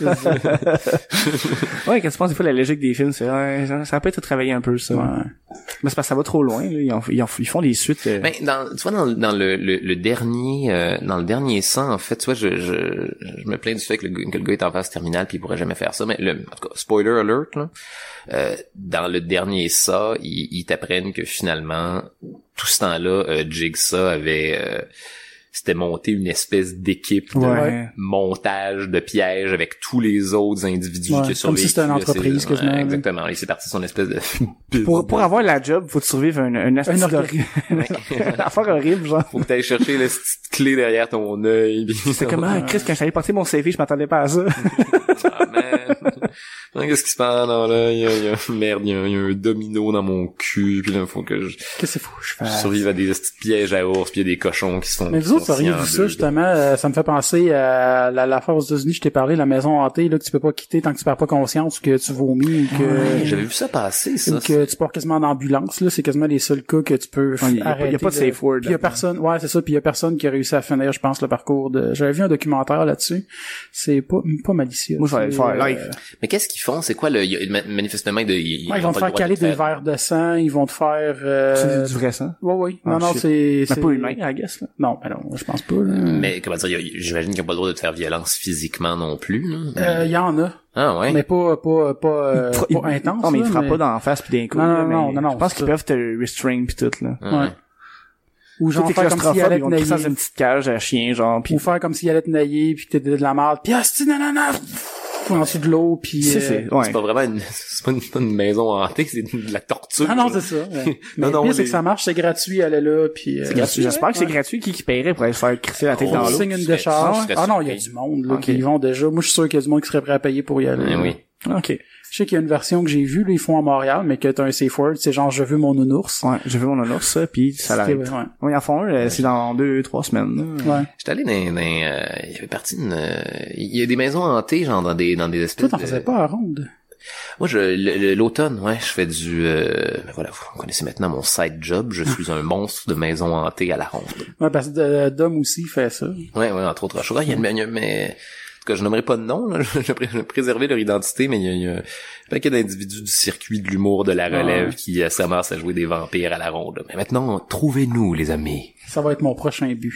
Ouais, quand tu penses des fois la logique des films, c'est, ouais, ça, ça peut être travaillé un peu, ça. Ouais. Mais c'est parce que ça va trop loin, là. Ils, en- ils, en- ils font des suites, euh, Ben, dans, tu vois, dans, dans le, le, le dernier, euh, dans le dernier sang, en fait, tu vois, je, je, je me plains du fait que le, gars- que le gars est en phase terminale puis il pourrait jamais faire ça. Mais le, en tout cas, spoiler alert, là. Euh, dans le dernier ça, ils, ils t'apprennent que finalement, tout ce temps-là, euh, Jigsaw avait, euh, c'était monté une espèce d'équipe de ouais. montage de pièges avec tous les autres individus Ouais, qui comme survécu. si c'était une là, entreprise, c'est- quasiment, ouais, là. exactement. Il s'est parti son espèce de... Pour, pour avoir la job, faut te survivre un, un astuce Un orga- d'horrible. Une affaire horrible, genre. Faut que t'ailles chercher la petite clé derrière ton œil. puis- C'est comme, ah, Chris, quand j'allais passer mon C V, je m'attendais pas à ça. Ah, man. Non, qu'est-ce qui se passe dans là? Il y a, il y a, merde, il y a, il y a un domino dans mon cul, puis là, faut que je, Qu'est-ce qu'il faut que je je fasse? survive à des petits pièges à ours, puis il y a des cochons qui se font... Mais qui vous autres, sont vous auriez sciés en vu ça, deux. justement, euh, ça me fait penser à la, l'affaire aux États-Unis, je t'ai parlé, la maison hantée, là, que tu peux pas quitter tant que tu perds pas conscience, ou que tu vomis, ou que, Ouais, j'avais vu ça passer, ça. ou que tu pars quasiment en ambulance, là, c'est quasiment les seuls cas que tu peux Ouais, y a pas- arrêter. y a pas de safe word Puis y a là-dedans. personne, ouais, c'est ça, puis y a personne qui a réussi à finir, je pense, le parcours de, j'avais vu un documentaire là-dessus. C'est pas, pas malicieux. Moi, je vais aller le C'est, faire live. euh, Mais qu'est-ce qu'ils font? C'est quoi le, il y a manifestement de, ils, ouais, ils vont te faire caler des verres de sang, ils vont te faire, euh... C'est du vrai sang? Ouais, oui. Ah, non, non, shit. c'est, C'est c'est pas humain, I guess, là. Non, ben non, je pense pas, là. Mais, comment dire, y a- j'imagine qu'ils n'ont pas le droit de te faire violence physiquement non plus, là. Euh, il y en a. Ah, ouais. Mais pas, pas, pas, euh, Il fra- pas il- intense. Non, mais il là, frappe pas dans la face pis d'un coup. Non, non, là, non, mais non, non, je pense c'est qu'ils ça. peuvent te restrain pis tout, là. Ouais. Ou genre Tous faire les comme s'il claustrophobes, allait ils te vont te crisser dans nailler. une petite cage à chien, genre, pis... Ou faire comme s'il allait te nailler pis que t'étais de la merde. Pis ah, c'est non, non, non. En dessous de l'eau pis, C'est, euh... c'est, ouais. C'est pas vraiment une, c'est pas une, pas une maison hantée, c'est de la torture. Ah non, là. c'est ça. Ouais. Non, Mais non, le pire, c'est les- que ça marche, c'est gratuit, elle est là, puis euh, C'est gratuit, J'espère que c'est ouais. gratuit. Qui qui paierait pour aller se faire crisser la tête Oh, dans On l'eau? signe une je serais- décharge. je serais Ah non, il y a surpris. du monde là Ok. qui y vont déjà. Moi, je suis sûr qu'il y a du monde qui serait prêt à payer pour y aller. Eh là. oui. Ok. Je sais qu'il y a une version que j'ai vue, là, ils font à Montréal, mais que t'as un safe word, c'est genre je veux mon nounours. Ouais, j'ai vu mon ours, ça, pis ça l'arrête. Ouais. Ouais. Oui, ils en font un, euh, c'est dans deux, trois semaines, là. Ouais. J'étais allé dans, dans euh, il y avait partie d'une, euh, il y a des maisons hantées, genre dans des, dans des espèces Toi, t'en de... faisais pas à ronde. Moi, je, le- le- l'automne, ouais, je fais du, euh, ben voilà, vous connaissez maintenant mon side job, je suis un monstre de maison hantée à la ronde. Ouais, parce que euh, Dom aussi fait ça. Ouais, ouais, entre autres choses. Ah, il y a une, il y a- mais, en tout cas, je nommerai pas de nom, là, je vais pré- préserver leur identité, mais il y a, il y a un paquet d'individus du circuit de l'humour de la relève Ouais. qui euh, s'amassent à jouer des vampires à la ronde. Mais maintenant, trouvez-nous, les amis. Ça va être mon prochain but.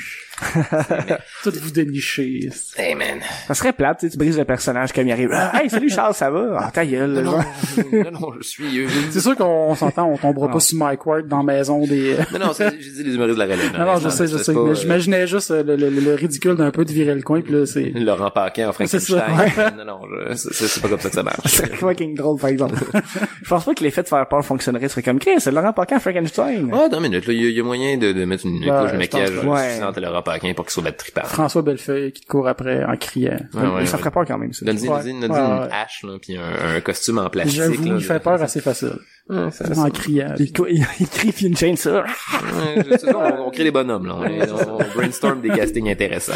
Tout vous dénicher. Hey, man. Ça serait plate, tu sais, tu brises le personnage comme il arrive. Ah, hey, salut Charles, ça va? Ah, ta gueule, là, Non, genre. non, non, je suis... euh, C'est sûr qu'on s'entend, on tombera Non. pas sur Mike Ward dans la maison des... Non, non, c'est- j'ai dit les humoristes de la relève. Non, non, je sais, je c'est sais. pas, Mais euh, j'imaginais juste euh, le, le, le ridicule d'un peu de virer le coin, pis là, c'est... Laurent Paquin en C'est ça, Frankenstein. Non, non, je, c'est, c'est pas comme ça que ça marche. C'est fucking drôle, par exemple. Je pense pas que l'effet de faire peur fonctionnerait. Tu serais comme, Chris, c'est Laurent Paquin, Frankenstein. Ah, deux minutes, là, il y, a- il y a moyen de, de mettre une, une Ouais, couche de je maquillage pense, ouais. suffisante à Laurent Paquin pour qu'il soit battu tripart. François Bellefeuille qui te court après en criant. Ouais, ouais, ça ouais. ferait peur quand même, ça. Donne-y, Ouais. donne-y, donne-y Ouais, une ouais. hache, là, pis un, un costume en plastique, J'avoue, là. il fait peur assez facile. Ouais, ça, En criant. Il, cou- il, il crie pis une chaîne, ça. Ouais, c'est ça, on, on crée les bonhommes, là. On, on brainstorm des castings intéressants.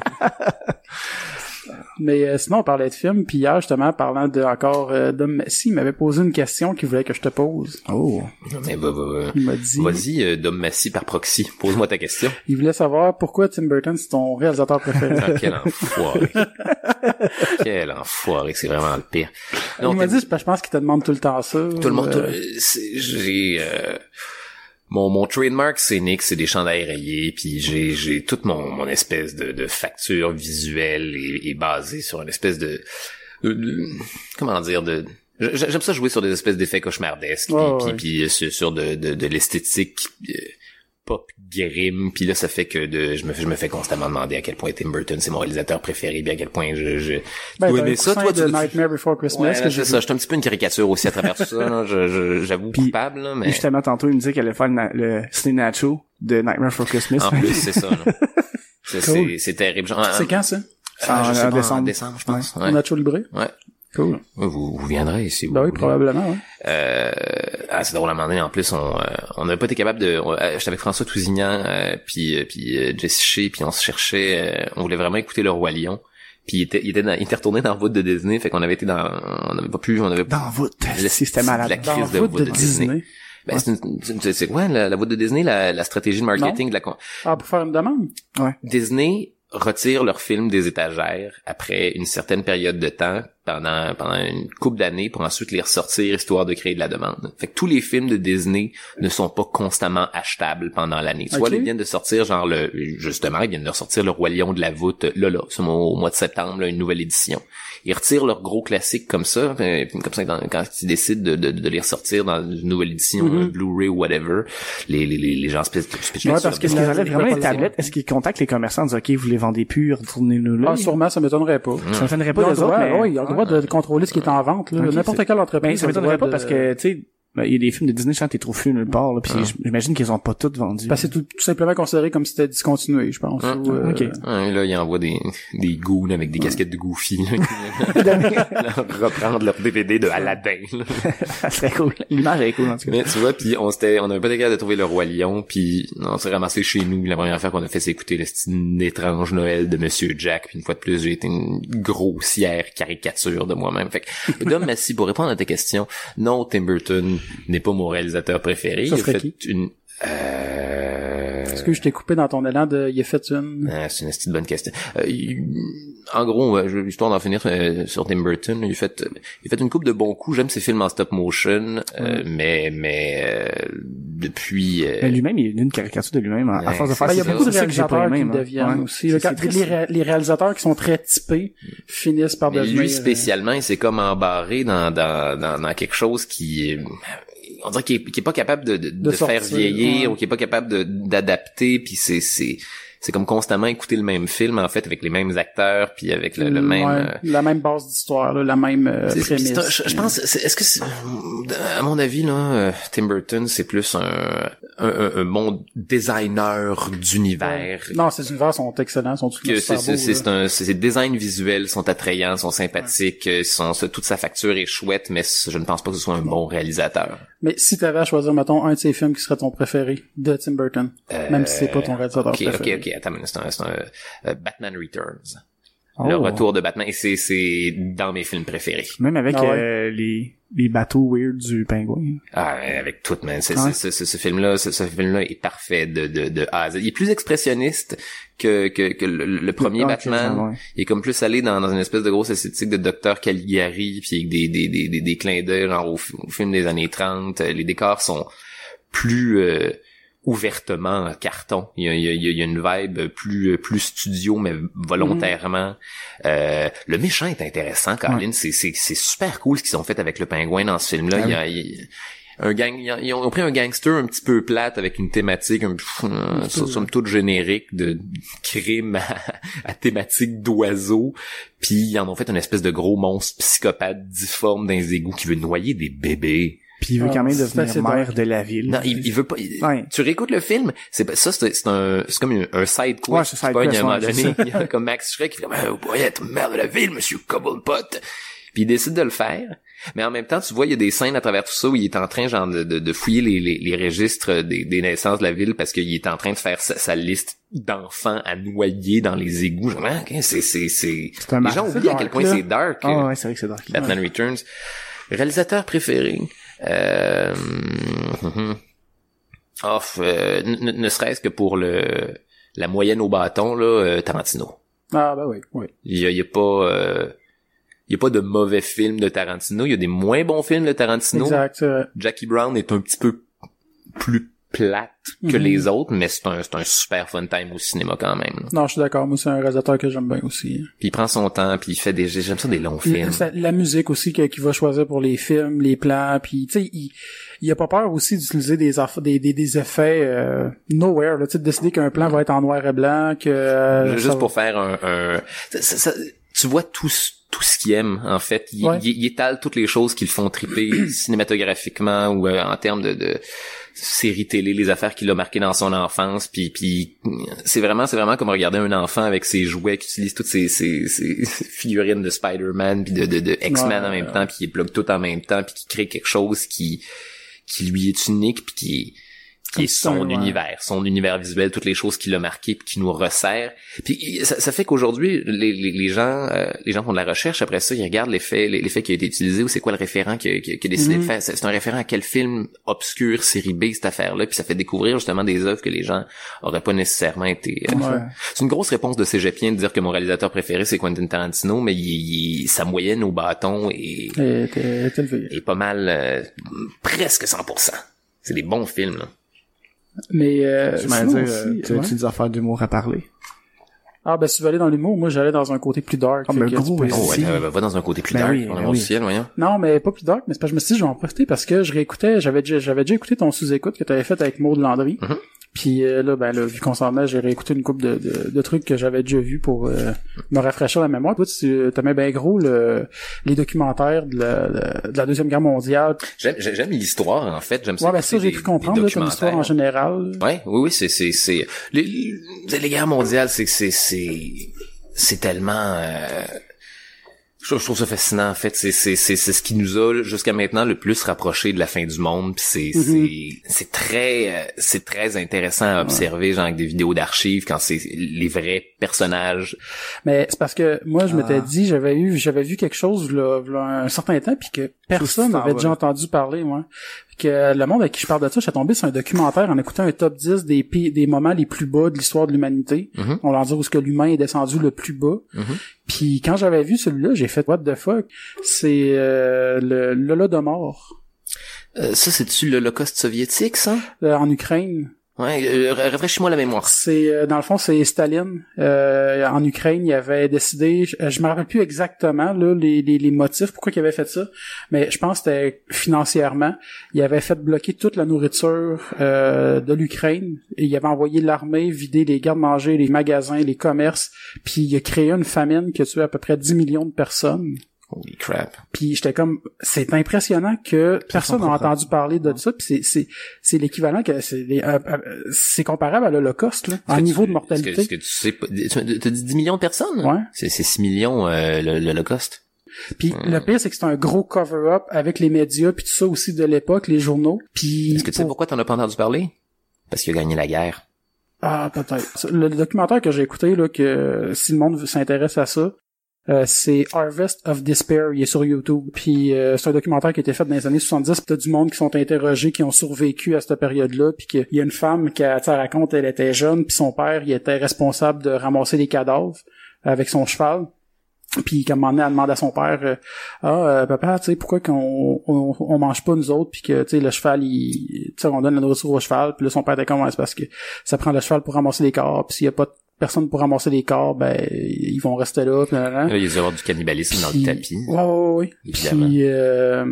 Mais euh, sinon, on parlait de films, puis hier, justement, parlant de encore euh, Dom Massy, il m'avait posé une question qu'il voulait que je te pose. Oh. Mais va, va, va. Il m'a dit... Vas-y, euh, Dom Massy par proxy. Pose-moi ta question. Il voulait savoir pourquoi Tim Burton, c'est ton réalisateur préféré. Ah, quel enfoiré. Quel enfoiré, c'est vraiment le pire. Non, il m'a t'es- dit, je pense qu'il te demande tout le temps ça. Tout le monde, Euh, euh, c'est- j'ai euh, mon mon trademark scénique, c'est des chandails rayés, puis j'ai j'ai toute mon mon espèce de de facture visuelle est, est basée sur une espèce de, de- de- comment dire de j'- j'aime ça jouer sur des espèces d'effets cauchemardesques, Ouais, puis ouais. puis puis sur, sur de de de l'esthétique euh, pop grim, puis là ça fait que de je me je me fais constamment demander à quel point Tim Burton c'est mon réalisateur préféré, bien à quel point je je ben, tu dois t'as aimer un ça, coussin toi de tu Nightmare Before Christmas ouais, que là, j'ai c'est ça, vu. je suis un petit peu une caricature aussi à travers tout ça, là. Je, je, j'avoue Puis- coupable, là, mais Et justement, tantôt, il me disait qu'elle allait faire le, na- le Ciné Nacho de Nightmare Before Christmas. en plus, c'est ça, là. C'est, Cool. c'est, c'est terrible. Genre, C'est quand, ça? ah, je En- sais en pas, décembre. en décembre, je pense. Ouais. On a Nacho Libre? Ouais. Cool. Ouais, vous, vous viendrez si vous Ben oui, voulez. probablement, ouais. Euh, ah, c'est drôle à un moment donné, en plus, on, euh, on n'avait pas été capable de, on- euh, j'étais avec François Tousignan, euh, puis, euh, puis euh, Jesse Shea, puis on se cherchait, euh, on voulait vraiment écouter Le Roi Lion. Puis il était, il était, dans- il était retourné dans la voûte de Disney, fait qu'on avait été dans, on n'avait pas pu, on avait Dans la voûte. Le- Si c'était malade. la Dans crise la de voûte voûte de de Disney. Disney. Ben, c'est une, c'est, c'est- c'est quoi, la, la voûte de Disney, la, la stratégie de marketing de la, con- Ah, pour faire une demande? Disney retire leurs films des étagères après une certaine période de temps, pendant pendant une couple d'années, pour ensuite les ressortir histoire de créer de la demande. Fait que tous les films de Disney ne sont pas constamment achetables pendant l'année. Tu Ok. vois, ils viennent de sortir genre le justement, ils viennent de ressortir Le Roi Lion de la voûte là là, c'est au mois de septembre, là, une nouvelle édition. Ils retirent leurs gros classiques comme ça, euh, comme ça quand, quand ils décident de, de, de les ressortir dans une nouvelle édition, Mhm. un Blu-ray ou whatever, les les les, les gens se pitchent Ouais, là-dessus. parce que Est-ce la- qu'ils enlèvent les vraiment les propositions. tablettes? Est-ce qu'ils contactent les commerçants en disant, OK, vous les vendez plus, retournez-nous là? Ah, sûrement, ça m'étonnerait pas. Ça m'étonnerait Ils pas ont le des autres, droit, mais... ouais, ils ont le droit de contrôler ce qui est en vente, là. Ok, N'importe c'est- quelle entreprise. Ben, ça a le m'étonnerait droit pas de- parce que, tu sais, ben, il y a des films de Disney, je t'es trop fou nulle part, là, pis Ah. j'imagine qu'ils ont pas toutes vendus. Parce que c'est tout, tout simplement considéré comme si c'était discontinué, je pense. Ah, ou, euh, ok. Ouais, là, ils envoient des, des goons avec des casquettes de Goofy, là, qui viennent reprendre leur D V D de Aladdin, là. Ça serait cool. L'image est cool, en tout cas. Mais tu vois, puis on s'était, on avait pas été capable de trouver Le Roi Lion, puis on s'est ramassé chez nous. La première affaire qu'on a fait, c'est écouter le style étrange Noël de Monsieur Jack, puis une fois de plus, j'ai été une grossière caricature de moi-même. Fait que, Dom Massy, pour répondre à ta question, non, Tim Burton n'est pas mon réalisateur préféré. Ça Il a serait fait une, euh, Excuse, je t'ai coupé dans ton élan de, il a fait une... Euh, c'est une petite bonne question. Euh, il... En gros, euh, histoire d'en finir euh, sur Tim Burton, il a fait, il a fait une couple de bons coups. J'aime ses films en stop motion, euh, mm. mais, mais euh, depuis. Euh... Mais lui-même, il est une caricature de lui-même. À ouais, force de faire, ben, il y a beaucoup de réalisateurs qui hein. deviennent ouais. aussi. Là, quand les, ré... les réalisateurs qui sont très typés finissent par mais devenir. Lui spécialement, il s'est comme embarré dans dans dans, dans quelque chose qui. On dirait qu'il est, qu'il est pas capable de, de, de, de sortir, faire vieillir, ouais. ou qu'il est pas capable de d'adapter, puis c'est c'est c'est comme constamment écouter le même film en fait avec les mêmes acteurs puis avec le, le même ouais, euh... la même base d'histoire là, la même euh, c'est, prémisse. C'est un, je, je pense c'est, est-ce que c'est, à mon avis là euh, Tim Burton c'est plus un un, un, un bon designer d'univers. Ouais. Non, ces univers sont excellents, sont tous que c'est beaux, c'est, c'est, c'est un c'est, c'est designs visuels sont attrayants, sont sympathiques, ouais. sont toute sa facture est chouette, mais je ne pense pas que ce soit un bon réalisateur. Mais si t'avais à choisir mettons un de ses films qui serait ton préféré de Tim Burton, euh, même si c'est pas ton réalisateur okay, préféré. OK, OK, attends, c'est un c'est un uh, Batman Returns. Oh. Le retour de Batman, et c'est c'est dans mes films préférés. Même avec ah ouais. euh, les les bateaux weird du pingouin. Ah, avec tout, man. C'est, ouais. c'est, c'est, ce film-là, ce, ce film-là est parfait de de de A à Z. Il est plus expressionniste que que que le, le premier okay, Batman. Ouais. Il est comme plus allé dans dans une espèce de grosse esthétique de docteur Caligari, puis avec des des des des, des clins d'œil genre au, au film des années trente. Les décors sont plus euh, ouvertement en carton. Il y a, il y a, il y a une vibe plus plus studio, mais volontairement. Mm-hmm. Euh, le méchant est intéressant, Colin. Ouais. C'est, c'est, c'est super cool ce qu'ils ont fait avec le pingouin dans ce film-là. Ah, il y a, il, un gang, ils ont pris un gangster un petit peu plate avec une thématique un peu, somme toute générique de crime à, à thématique d'oiseaux, puis ils en ont fait une espèce de gros monstre psychopathe difforme dans les égouts qui veut noyer des bébés. Puis il veut quand même ah, devenir maire de la ville. Non, il, il veut pas. Il, ouais. Tu réécoutes le film, c'est ça, c'est, c'est un, c'est comme un, un side quest. Ouais, c'est side quest. À un moment ouais, donné, il y a comme Max Schreck qui fait, ben, vous pourriez être maire de la ville, Monsieur Cobblepot. Puis il décide de le faire. Mais en même temps, tu vois, il y a des scènes à travers tout ça où il est en train, genre, de, de, de fouiller les, les, les registres des, des naissances de la ville parce qu'il est en train de faire sa, sa liste d'enfants à noyer dans les égouts. Genre, okay, c'est, c'est, c'est, c'est un les gens oublient à quel point là. C'est dark. Ah oh, ouais, c'est vrai que c'est dark. Batman ouais. Returns. Réalisateur préféré. Euh, off, euh, ne, ne serait-ce que pour le, la moyenne au bâton, là, euh, Tarantino. Ah, ben oui, oui. Il y a, il y a pas, euh, il y a pas de mauvais films de Tarantino. Il y a des moins bons films de Tarantino. Exact. Euh... Jackie Brown est un petit peu plus plate que mm-hmm. les autres, mais c'est un, c'est un super fun time au cinéma quand même. Là. Non, je suis d'accord. Moi, c'est un réalisateur que j'aime bien aussi. Puis il prend son temps, puis il fait des, j'aime ça des longs films. La, la musique aussi que, qu'il va choisir pour les films, les plans, puis tu sais, il, il a pas peur aussi d'utiliser des aff- des, des, des effets euh, nowhere, là, tu sais, de décider qu'un plan va être en noir et blanc, que euh, juste ça... pour faire un, un... Ça, ça, ça, tu vois tout tout ce qu'il aime en fait. Il, ouais. il, il étale toutes les choses qui le font triper cinématographiquement ou euh, en termes de, de séries télé, les affaires qu'il a marquées dans son enfance, puis puis c'est vraiment c'est vraiment comme regarder un enfant avec ses jouets qui utilise toutes ses, ses, ses figurines de Spider-Man puis de, de, de X-Men ouais, en même ouais. temps, puis il plug tout en même temps, puis qui crée quelque chose qui qui lui est unique puis qui qui est son ouais. univers, son univers visuel, toutes les choses qui l'a marqué puis qui nous resserre. Puis ça, ça fait qu'aujourd'hui les, les, les gens euh, les gens font de la recherche, après ça ils regardent l'effet l'effet qui a été utilisé ou c'est quoi le référent qui a, qui a, qui a décidé mm-hmm. de faire. C'est, c'est un référent à quel film obscur série B cette affaire-là, puis ça fait découvrir justement des œuvres que les gens auraient pas nécessairement été. Euh, ouais. C'est une grosse réponse de cégepien de dire que mon réalisateur préféré c'est Quentin Tarantino, mais il, il, sa moyenne au bâton est est, est, est, est pas mal euh, presque cent pour cent. C'est des bons films là. Mais euh, je m'allais dire, aussi, tu as ouais. des affaires d'humour à parler? Ah ben si tu veux aller dans l'humour, moi j'allais dans un côté plus dark. Ah ben gros, oh, ouais, va, va dans un côté plus ben dark, oui, ben oui. Ciel, voyons. Non, mais pas plus dark, mais c'est parce que je me suis dit je vais en profiter parce que je réécoutais, j'avais déjà j'avais déjà écouté ton sous-écoute que tu avais fait avec Maud Landry. Mm-hmm. Puis euh, là, ben là, vu qu'on s'en est, j'ai réécouté une couple de, de, de trucs que j'avais déjà vus pour euh, me rafraîchir la mémoire. Toi, tu t'aimais bien gros le, les documentaires de la, de la Deuxième Guerre mondiale. J'aime, j'aime l'histoire, en fait. J'aime ça. Ouais, ben ça, j'ai pu comprendre, là, comme l'histoire en général. Ouais, oui, oui, c'est, c'est, c'est, les, les guerres mondiales, c'est, c'est, c'est, c'est tellement, euh, Je trouve ça fascinant, en fait. C'est, c'est, c'est, c'est ce qui nous a, jusqu'à maintenant, le plus rapproché de la fin du monde. Puis c'est, mm-hmm. c'est, c'est très, c'est très intéressant à observer, ouais. genre, avec des vidéos d'archives, quand c'est les vrais personnages. Mais c'est parce que, moi, je ah. m'étais dit, j'avais eu, j'avais vu quelque chose, là, là un certain temps, puis que personne n'avait déjà entendu parler, moi. que le monde avec qui je parle de ça, j'étais tombé sur un documentaire en écoutant un top dix des pi- des moments les plus bas de l'histoire de l'humanité. Mm-hmm. On va dire où est-ce que l'humain est descendu le plus bas. Mm-hmm. Puis quand j'avais vu celui-là, j'ai fait what the fuck. C'est euh, le l'Holodomor. Euh, ça, c'est-tu l'Holocauste soviétique, ça? Euh, en Ukraine. Ouais, euh, rafraîchis-moi la mémoire. C'est euh, dans le fond, c'est Staline. Euh, en Ukraine, il avait décidé, je, je me rappelle plus exactement là les, les, les motifs pourquoi il avait fait ça, mais je pense que c'était financièrement. Il avait fait bloquer toute la nourriture euh, de l'Ukraine et il avait envoyé l'armée vider les garde-manger, les magasins, les commerces, puis il a créé une famine qui a tué à peu près dix millions de personnes. Holy crap. Puis j'étais comme, c'est impressionnant que personne n'a entendu parler de ça. Puis c'est c'est c'est l'équivalent que c'est les, euh, euh, c'est comparable à l'Holocauste là, en niveau tu, de mortalité. Est-ce que, est-ce que tu sais pas, t'as dit dix millions de personnes? Ouais. C'est c'est six millions euh, l'Holocauste. Puis hum. le pire c'est que c'est un gros cover-up avec les médias puis tout ça aussi de l'époque, les journaux. Puis est-ce que tu sais pour... pourquoi t'en as pas entendu parler? Parce qu'il a gagné la guerre. Ah peut-être. Le documentaire que j'ai écouté là, que si le monde s'intéresse à ça. Euh, c'est Harvest of Despair, il est sur YouTube. Puis euh, c'est un documentaire qui a été fait dans les années soixante-dix. Puis t'as du monde qui sont interrogés, qui ont survécu à cette période-là. Puis qu'il y a une femme qui, elle raconte, elle était jeune, puis son père, il était responsable de ramasser les cadavres avec son cheval. Puis comme un moment donné, elle demande à son père euh, ah euh, papa, tu sais pourquoi qu'on on, on mange pas nous autres, puis que tu sais le cheval, il, tu sais on donne la nourriture au cheval. Puis là son père était comme ouais, c'est parce que ça prend le cheval pour ramasser les corps. Puis s'il y a pas de personne pour ramasser les corps, ben ils vont rester là. Pis là, là. Là, il y a avoir du cannibalisme puis, dans le tapis. Ouais, ouais, ouais. Évidemment. Puis, euh,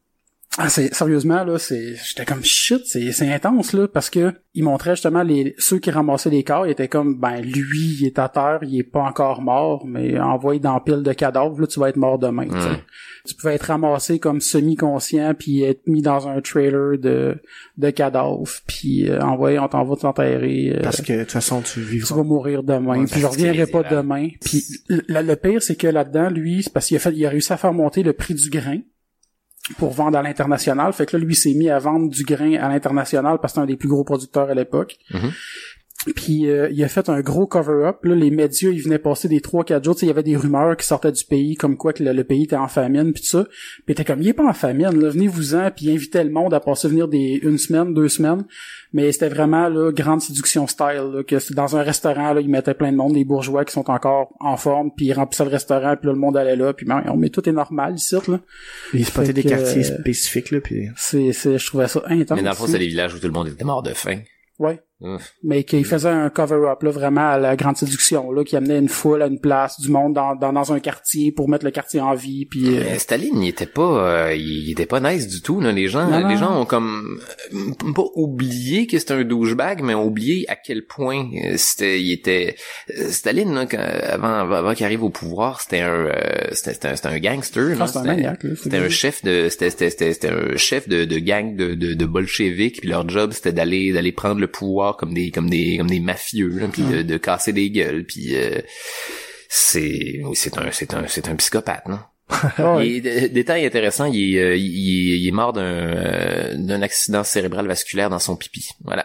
ah, c'est, sérieusement, là, c'est, j'étais comme shit, c'est, c'est intense, là, parce que il montrait justement les, ceux qui ramassaient les corps, ils étaient comme, ben, lui, il est à terre, il est pas encore mort, mais envoyé dans pile de cadavres, là, tu vas être mort demain, mm. t'sais. Tu pouvais être ramassé comme semi-conscient, puis être mis dans un trailer de, de cadavres, puis euh, envoyé, on t'en va t'enterrer. Euh, parce que, de toute façon, tu vivras. Tu vas mourir demain, ouais, puis je reviendrai pas demain. Puis le, le pire, c'est que là-dedans, lui, c'est parce qu'il a fait, il a réussi à faire monter le prix du grain pour vendre à l'international. Fait que là, lui, s'est mis à vendre du grain à l'international parce que c'est un des plus gros producteurs à l'époque. Mm-hmm. Puis euh, il a fait un gros cover-up. Là, les médias, ils venaient passer des trois quatre jours. Tu sais, il y avait des rumeurs qui sortaient du pays, comme quoi que le, le pays était en famine, puis tout ça. Puis il était comme, il est pas en famine, là, venez-vous-en. Puis il invitait le monde à passer venir des une semaine, deux semaines. Mais c'était vraiment là, grande séduction style. Là, que c'est dans un restaurant, là, ils mettaient plein de monde, des bourgeois qui sont encore en forme, puis ils remplissaient le restaurant, puis là, le monde allait là. Puis ben, mais tout est normal ici, là. Ils spottaient des que, quartiers euh, spécifiques, là, puis... C'est, c'est, je trouvais ça intense. Mais dans le fond, c'est des villages où tout le monde était mort de faim. Ouais. Ouf. Mais qu'il faisait un cover-up là vraiment à la grande séduction là, qui amenait une foule à une place, du monde dans dans, dans un quartier pour mettre le quartier en vie. Puis euh... euh, Staline, il était pas, euh, il était pas nice du tout. Là. Les gens, non, les non. gens ont comme euh, pas oublié que c'était un douchebag, mais ont oublié à quel point euh, c'était, il était. Euh, Staline là, quand, avant, avant qu'il arrive au pouvoir, c'était un, euh, c'était, c'était un, c'était un gangster. Ah, c'était un maniaque. Là, c'était un chef de, c'était, c'était, c'était, c'était un chef de, de gang de, de, de bolcheviks. Puis leur job, c'était d'aller, d'aller prendre le pouvoir comme des comme des comme des mafieux là, puis de, de casser des gueules, puis euh, c'est oui, c'est un c'est un c'est un psychopathe, non? Oh, il est, détail intéressant, il est, euh, il, est, il est mort d'un euh, d'un accident cérébral vasculaire dans son pipi. Voilà.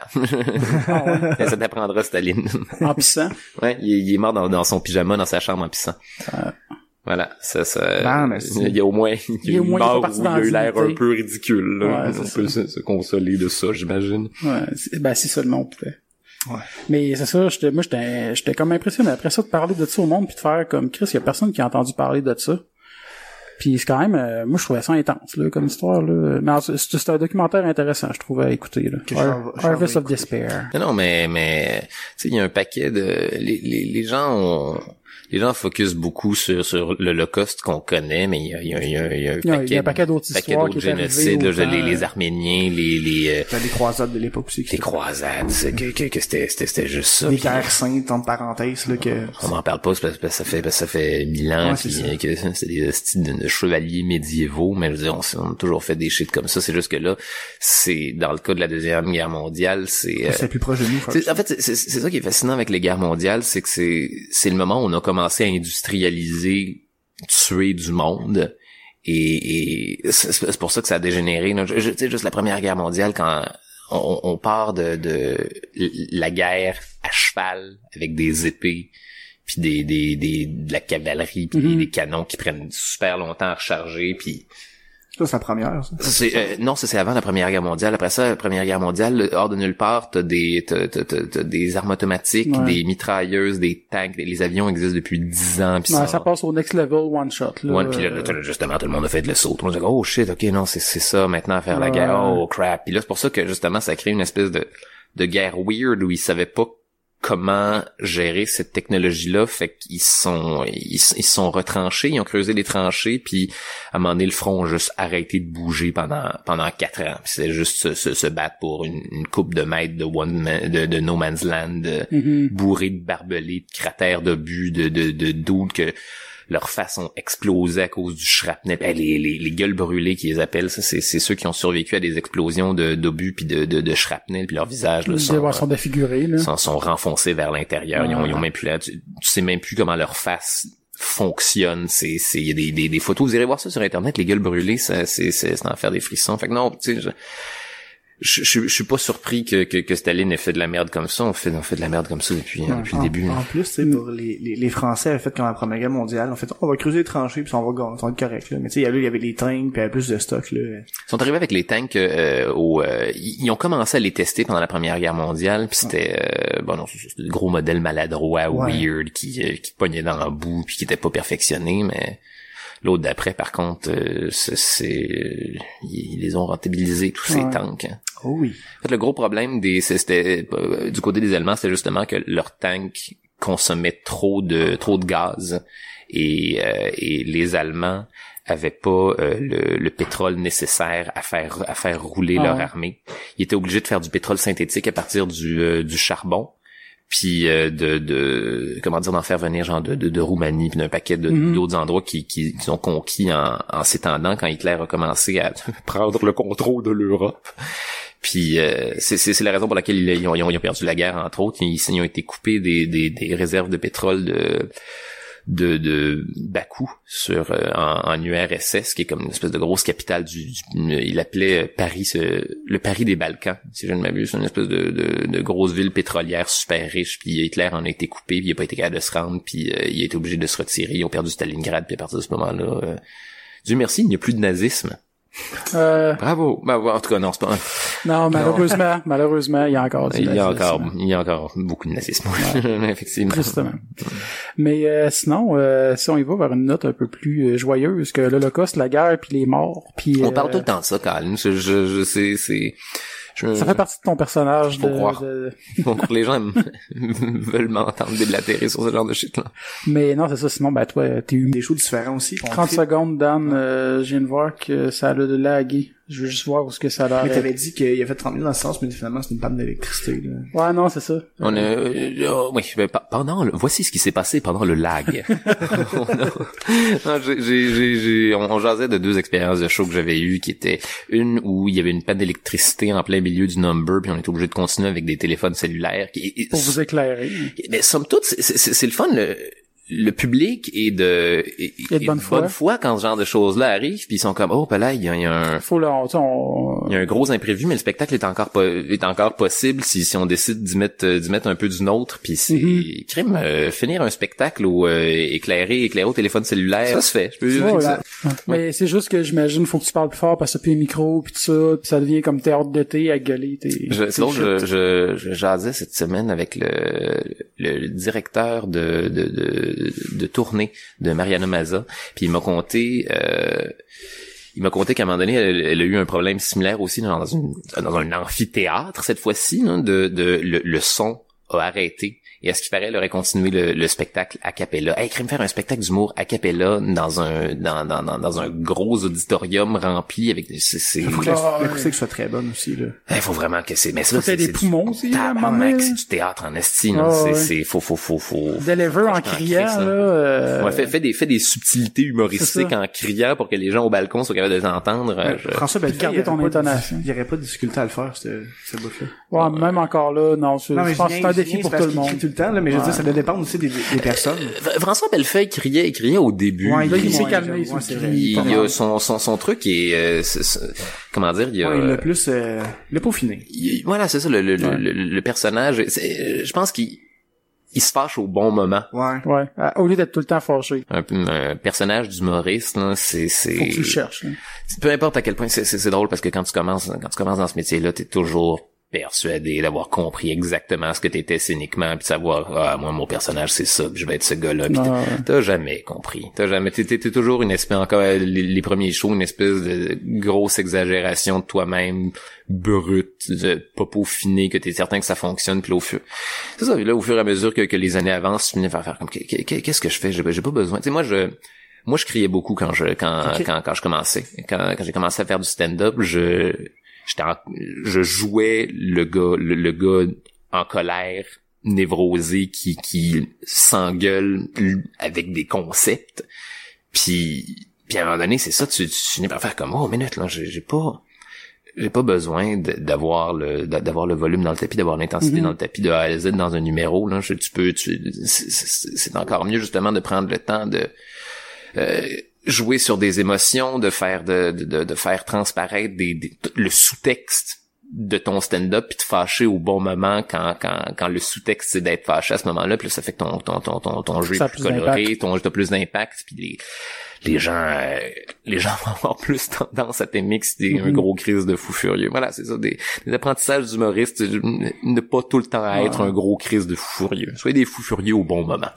Ah ouais. Ça t'apprendra, Staline. En pissant. Ouais, il est, il est mort dans, dans son pyjama dans sa chambre en pissant. Euh... Voilà, ça, ça, ben, mais il y a au moins, il y a au moins mort parti où dans il a eu l'air un l'unité. peu ridicule, là. Ouais, On c'est peut se, se consoler de ça, j'imagine. Ouais, c'est, ben c'est ça le monde pouvait. Ouais. Mais c'est ça, j'étais, moi j'étais, j'étais comme impressionné après ça de parler de ça au monde puis de faire comme Chris, il y a personne qui a entendu parler de ça. Puis c'est quand même, euh, moi je trouvais ça intense là comme histoire là. Mais c'est, c'est un documentaire intéressant, je trouvais à écouter là. Que Har- j'en- j'en Harvest vais of Despair. Non, non, mais, mais, tu sais, il y a un paquet de, les, les, les gens ont, les gens focusent beaucoup sur, sur l'Holocauste qu'on connaît, mais il y a, il y a, il y a, il y a un Il y a- paquet, il y a un paquet d'autres paquet histoires d'autres qui est arrivé génocides, là, autant, les, les euh, Arméniens, les, les, euh, T'as des croisades de l'époque aussi. qui les se- croisades, c'est que, que, que c'était, c'était, c'était juste ça. Des puis guerres saintes, entre parenthèses, là, que... on m'en parle pas parce que ça fait, parce que ça fait mille ans, Ouais, puis c'est ça. que c'est des styles de, de chevaliers médiévaux, mais je veux dire, on, s'est- on a toujours fait des shit comme ça, c'est juste que là, c'est, dans le cas de la Deuxième Guerre mondiale, c'est, euh, C'est plus proche de nous, C'est- en fait, c'est, c'est, c'est ça qui est fascinant avec les guerres mondiales, c'est que c'est, c'est le moment où on a commencé à industrialiser, tuer du monde. Et, et c'est, c'est pour ça que ça a dégénéré. là. Je, je, tu sais, juste la Première Guerre mondiale, quand on, on part de, de la guerre à cheval avec des épées, puis des, des, des, de la cavalerie, puis Mm-hmm. des canons qui prennent super longtemps à recharger, puis Ça, c'est la première, ça. C'est, euh, non, ça, c'est avant la Première Guerre mondiale. Après ça, la Première Guerre mondiale, hors de nulle part, t'as des, t'as, t'as, t'as, t'as des armes automatiques, ouais. des mitrailleuses, des tanks, les avions existent depuis dix ans. Pis ouais, ça, ça passe au next level one shot, là. Ouais, pis là, là, justement, tout le monde a fait le saut. Tout le monde a dit, oh shit, ok, non, c'est, c'est ça, maintenant, à faire ouais. la guerre. Oh crap. Puis là, c'est pour ça que, justement, ça crée une espèce de, de guerre weird où ils savaient pas comment gérer cette technologie-là, fait qu'ils sont ils, ils sont retranchés, ils ont creusé les tranchées, puis à un moment donné, le front a juste arrêté de bouger pendant pendant quatre ans. Puis c'est juste se, se, se battre pour une, une coupe de mètres de one man, de, de no man's land, mm-hmm. bourré de barbelés, de cratères d'obus, de de de doutes que leurs faces ont explosé à cause du shrapnel. Ben, les, les, les gueules brûlées qu'ils appellent, ça, c'est, c'est ceux qui ont survécu à des explosions de, d'obus puis de, de, de shrapnel, puis leur visage, là, sont, sont défigurés, là. Sont, sont renfoncés vers l'intérieur. Ah. Ils ont, ils ont même plus là, tu, tu sais même plus comment leur face fonctionne. C'est, c'est, il y a des, des, des photos. Vous irez voir ça sur Internet, les gueules brûlées, ça, c'est, c'est, c'est en faire des frissons. Fait que non, tu sais, je, Je, je, je suis pas surpris que, que, que Staline ait fait de la merde comme ça. On fait, on fait de la merde comme ça depuis, ouais, depuis en, le début. En plus, tu sais, pour les, les, les Français avaient fait comme la Première Guerre mondiale. On fait, on va creuser les tranchées puis on va gagner, on va être correct, là. Mais tu sais, il y avait les tanks puis il y avait plus de stock, là. Ils sont arrivés avec les tanks, euh, au, euh, ils ont commencé à les tester pendant la Première Guerre mondiale puis c'était, euh, bon non, c'était des gros modèles maladroits, ouais. weird, qui, euh, qui pognaient dans le bout puis qui étaient pas perfectionnés, mais l'autre d'après, par contre, euh, c'est, c'est, ils les ont rentabilisés, tous ces ouais. tanks. Hein. Oh oui. En fait, le gros problème des, c'était, euh, du côté des Allemands, c'était justement que leurs tanks consommaient trop de, trop de gaz et, euh, et les Allemands avaient pas euh, le, le pétrole nécessaire à faire, à faire rouler ah. leur armée. Ils étaient obligés de faire du pétrole synthétique à partir du, euh, du charbon. Puis euh, de de comment dire d'en faire venir genre de de, de Roumanie puis d'un paquet de, mm-hmm. d'autres endroits qui qui, qui sont conquis en en s'étendant quand Hitler a commencé à prendre le contrôle de l'Europe. Puis euh, c'est c'est c'est la raison pour laquelle ils, ils, ont, ils ont perdu la guerre, entre autres. Ils, ils ont été coupés des des des réserves de pétrole de de de Bakou sur euh, en, en U R S S, qui est comme une espèce de grosse capitale du, du il appelait Paris ce, le Paris des Balkans, si je ne m'abuse. C'est une espèce de, de de grosse ville pétrolière super riche, puis Hitler en a été coupé, puis il a pas été capable de se rendre, puis euh, il a été obligé de se retirer. Ils ont perdu Stalingrad, puis à partir de ce moment-là, euh, Dieu merci, il n'y a plus de nazisme. Euh... Bravo. Ben, en tout cas, non, c'est pas... Non, malheureusement, malheureusement, il y a encore du il y a nazisme. encore, il y a encore beaucoup de nazisme. Ouais. Effectivement. Justement. Mais euh, sinon, euh, si on y va vers une note un peu plus euh, joyeuse que l'Holocauste, la guerre, puis les morts, puis... On euh... parle tout le temps de ça, Colin. Je, je, je sais, c'est... Je... Ça fait partie de ton personnage. Faut de, croire. de... Faut croire que les gens veulent m'entendre déblatérer sur ce genre de shit, là. Mais non, c'est ça. Sinon, ben toi, t'es eu des choses différentes aussi. trente secondes, Dan, euh, je viens de voir que ça a le lagué. Je veux juste voir où est-ce que ça a l'air. Mais t'avais dit qu'il a fait trente minutes dans le sens, mais finalement, c'est une panne d'électricité, là. Ouais, non, c'est ça. On a, euh, oui, ben, pendant le, voici ce qui s'est passé pendant le lag. on a, non, j'ai, j'ai, j'ai, on, on jasait de deux expériences de show que j'avais eues, qui étaient une où il y avait une panne d'électricité en plein milieu du number, puis on était obligé de continuer avec des téléphones cellulaires. Qui, et, pour vous éclairer. Mais somme toute, c'est, c'est, c'est le fun, le, le public est de, est, est de bonne, de foi. bonne foi quand ce genre de choses-là arrive, puis ils sont comme, oh, ben là, il y a, il y a un, faut là, on, on... il y a un gros imprévu, mais le spectacle est encore pas, est encore possible si, si on décide d'y mettre, d'y mettre un peu du nôtre, puis c'est, mm-hmm. crime, euh, finir un spectacle ou euh, éclairé, éclairé au téléphone cellulaire, ça se fait. Je peux dire ouais, ça. Ouais. Mais c'est juste que j'imagine, faut que tu parles plus fort parce que t'as plus les micros puis tout ça, puis ça devient comme théâtre d'été à gueuler. T'es, je, c'est drôle, je, je, je jasais cette semaine avec le, le, le directeur de, de, de, de tournée de Mariana Mazza, puis il m'a conté euh, il m'a conté qu'à un moment donné elle, elle a eu un problème similaire aussi dans une dans un amphithéâtre cette fois-ci là, de de le, le son a arrêté. Et à ce qu'il paraît, elle aurait continué le, le spectacle a cappella. Hey, crime faire un spectacle d'humour a cappella dans un dans dans dans, dans un gros auditorium rempli avec c'est c'est il faut que oh, l'acoustique soit très bonne aussi là. Il faut vraiment que c'est mais ça c'est des poumons aussi là, c'est du théâtre en esti là, oh, c'est ouais. c'est faut faut faut faut deliver en criant là. Euh... Ouais, fait fait des fait des subtilités humoristiques en criant pour que les gens au balcon soient capables de t'entendre. Ouais, je... François Bellefeuille, garder ton intonation. Il y aurait pas de difficulté à le faire cette cette bout là. Ouais, ouais, même encore là, non, je, non, je pense que c'est un défi pour tout le monde. Tout le temps là, mais je veux dire ça doit dépendre aussi des, des personnes. Euh, François Bellefeuille criait, il criait au début. Ouais, là, il, il s'est calmé. Ouais, il, il a son, son, son truc est, euh, c'est, c'est, comment dire, il a, ouais, le plus, euh, le peaufiné. Il, voilà, c'est ça, le, le, ouais. le, le, le personnage, c'est, je pense qu'il, il se fâche au bon moment. Ouais. Ouais. Euh, au lieu d'être tout le temps fâché. Un, un personnage d'humoriste, là, c'est, c'est... Faut que tu le cherches, là. Peu importe à quel point, c'est, c'est, c'est drôle parce que quand tu commences, quand tu commences dans ce métier-là, t'es toujours persuadé d'avoir compris exactement ce que t'étais cyniquement, puis de savoir, ah, moi, mon personnage, c'est ça, puis je vais être ce gars-là, puis Ah, t'as, t'as jamais compris. T'as jamais, t'es, t'es, t'es toujours une espèce, encore, les, les premiers shows, une espèce de grosse exagération de toi-même, brute, de, pas peaufiné, que t'es certain que ça fonctionne, puis là, au fur, c'est ça, là, au fur et à mesure que, que les années avancent, tu finis par faire comme, qu'est-ce que je fais? J'ai, j'ai pas besoin. Tu sais, moi, je, moi, je criais beaucoup quand je, quand, okay. quand, quand je commençais. Quand, quand j'ai commencé à faire du stand-up, je, J'étais en, je jouais le gars, le, le gars en colère, névrosé, qui, qui s'engueule avec des concepts. Puis, puis à un moment donné, c'est ça, tu, tu finis par faire comme, oh, minute, là, j'ai, j'ai pas, j'ai pas besoin de, d'avoir le, d'avoir le volume dans le tapis, d'avoir l'intensité mm-hmm. dans le tapis de A à Z dans un numéro, là. Je, tu peux, tu, c'est, c'est, c'est encore mieux, justement, de prendre le temps de, euh, jouer sur des émotions, de faire de de de faire transparaître des, des le sous-texte de ton stand-up, puis te fâcher au bon moment quand quand quand le sous-texte c'est d'être fâché à ce moment-là, puis là, ça fait que ton ton ton ton, ton jeu est plus coloré, ton jeu a plus d'impact, puis les les gens euh, les gens vont avoir plus tendance à t'aimer que si t'es mm-hmm. un gros crise de fou furieux. Voilà, c'est ça, des, des apprentissages d'humoristes, ne pas tout le temps être ah. un gros crise de fou furieux. Soyez des fous furieux au bon moment.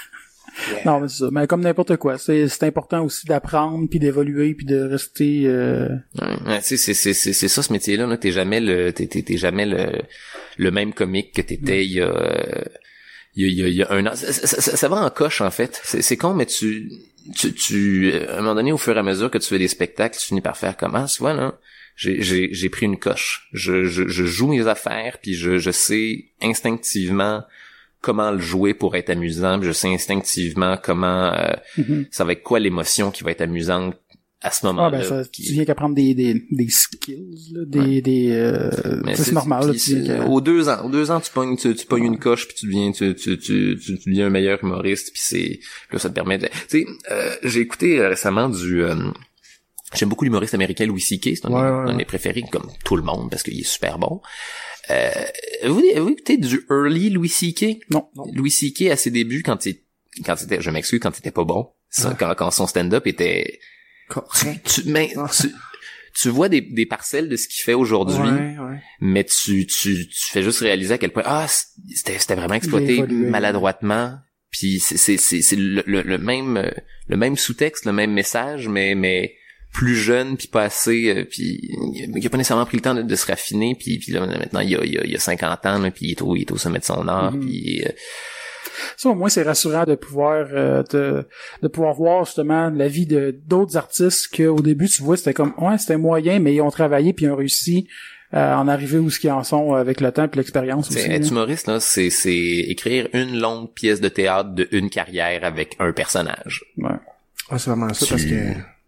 Yeah. Non, mais c'est ça. Mais comme n'importe quoi, c'est c'est important aussi d'apprendre puis d'évoluer puis de rester. Euh... Ouais, tu sais, c'est c'est c'est c'est ça ce métier-là. Là. T'es jamais le t'es t'es, t'es jamais le le même comique que t'étais ouais. il y a il y a il y a un an. Ça, ça, ça, ça va en coche en fait. C'est c'est con, mais tu tu tu à un moment donné, au fur et à mesure que tu fais des spectacles, tu finis par faire comment, tu vois là. J'ai j'ai j'ai pris une coche. Je je je joue mes affaires puis je je sais instinctivement comment le jouer pour être amusant, je sais instinctivement comment euh, mm-hmm. ça va être quoi l'émotion qui va être amusante à ce moment-là. Ah ben ça, qui... tu viens qu'apprendre des des des skills là, des ouais. des euh, c'est, c'est normal là, tu viens qu'à... aux deux ans, aux deux ans tu pognes tu, tu pognes ouais. une coche puis tu deviens tu tu tu tu, tu deviens un meilleur humoriste puis c'est là ça te permet de tu sais euh, j'ai écouté euh, récemment du euh, j'aime beaucoup l'humoriste américain Louis C K, c'est un, ouais, ouais, un de mes préférés comme tout le monde parce qu'il est super bon. Euh, vous avez écouté du early Louis C K? Non, non. Louis C K à ses débuts quand il quand c'était je m'excuse quand il était pas bon. Ça, ouais. quand quand son stand-up était tu, tu mais tu, tu vois des des parcelles de ce qu'il fait aujourd'hui, ouais, ouais. mais tu tu tu fais juste réaliser à quel point ah c'était c'était vraiment exploité maladroitement. Puis c'est c'est c'est c'est le, le le même le même sous-texte, le même message mais mais plus jeune puis pas assez euh, puis il a pas nécessairement pris le temps de, de se raffiner puis puis là maintenant il y a il y a, il y a cinquante ans là, puis il est au il est au sommet de son art mm-hmm. puis euh... ça au moins c'est rassurant de pouvoir euh, de, de pouvoir voir justement la vie de d'autres artistes que au début tu vois c'était comme ouais c'était moyen mais ils ont travaillé puis ils ont réussi à en arriver où ce qu'ils en sont avec le temps puis l'expérience aussi. Être humoriste là, c'est c'est écrire une longue pièce de théâtre de une carrière avec un personnage. Ouais. Ouais, c'est vraiment ça tu... parce que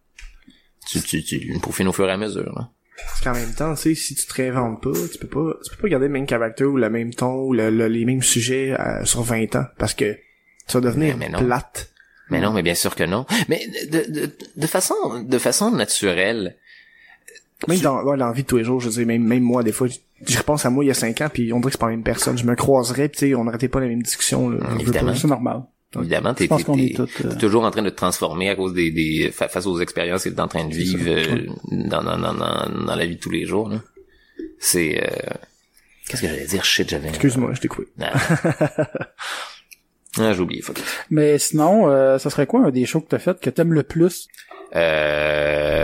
Tu, tu, tu le peaufines au fur et à mesure, là. Parce qu'en même temps, tu sais, si tu te réinventes pas, tu peux pas, tu peux pas garder le même caractère ou le même ton ou le, le, les mêmes sujets euh, sur vingt ans. Parce que tu vas devenir mais, mais plate. Mais non, mais bien sûr que non. Mais de, de, de façon, de façon naturelle. Même tu... dans, ouais, dans la vie de tous les jours, je veux dire, même, même moi, des fois, je, je repense à moi il y a cinq ans puis on dirait que c'est pas la même personne. Je me croiserais pis tu sais, on n'arrêtait pas la même discussion, là. Évidemment. C'est normal. Évidemment, t'es, t'es, t'es, tout, euh... t'es toujours en train de te transformer à cause des, des face aux expériences que t'es en train de vivre euh, dans, dans, dans, dans, dans la vie de tous les jours. Là. C'est... Euh... Qu'est-ce que j'allais dire? Shit, j'avais... Excuse-moi, je t'ai coupé. Ah, ah j'ai oublié. Fuck. Mais sinon, euh, ça serait quoi un des shows que t'as fait que t'aimes le plus? Euh...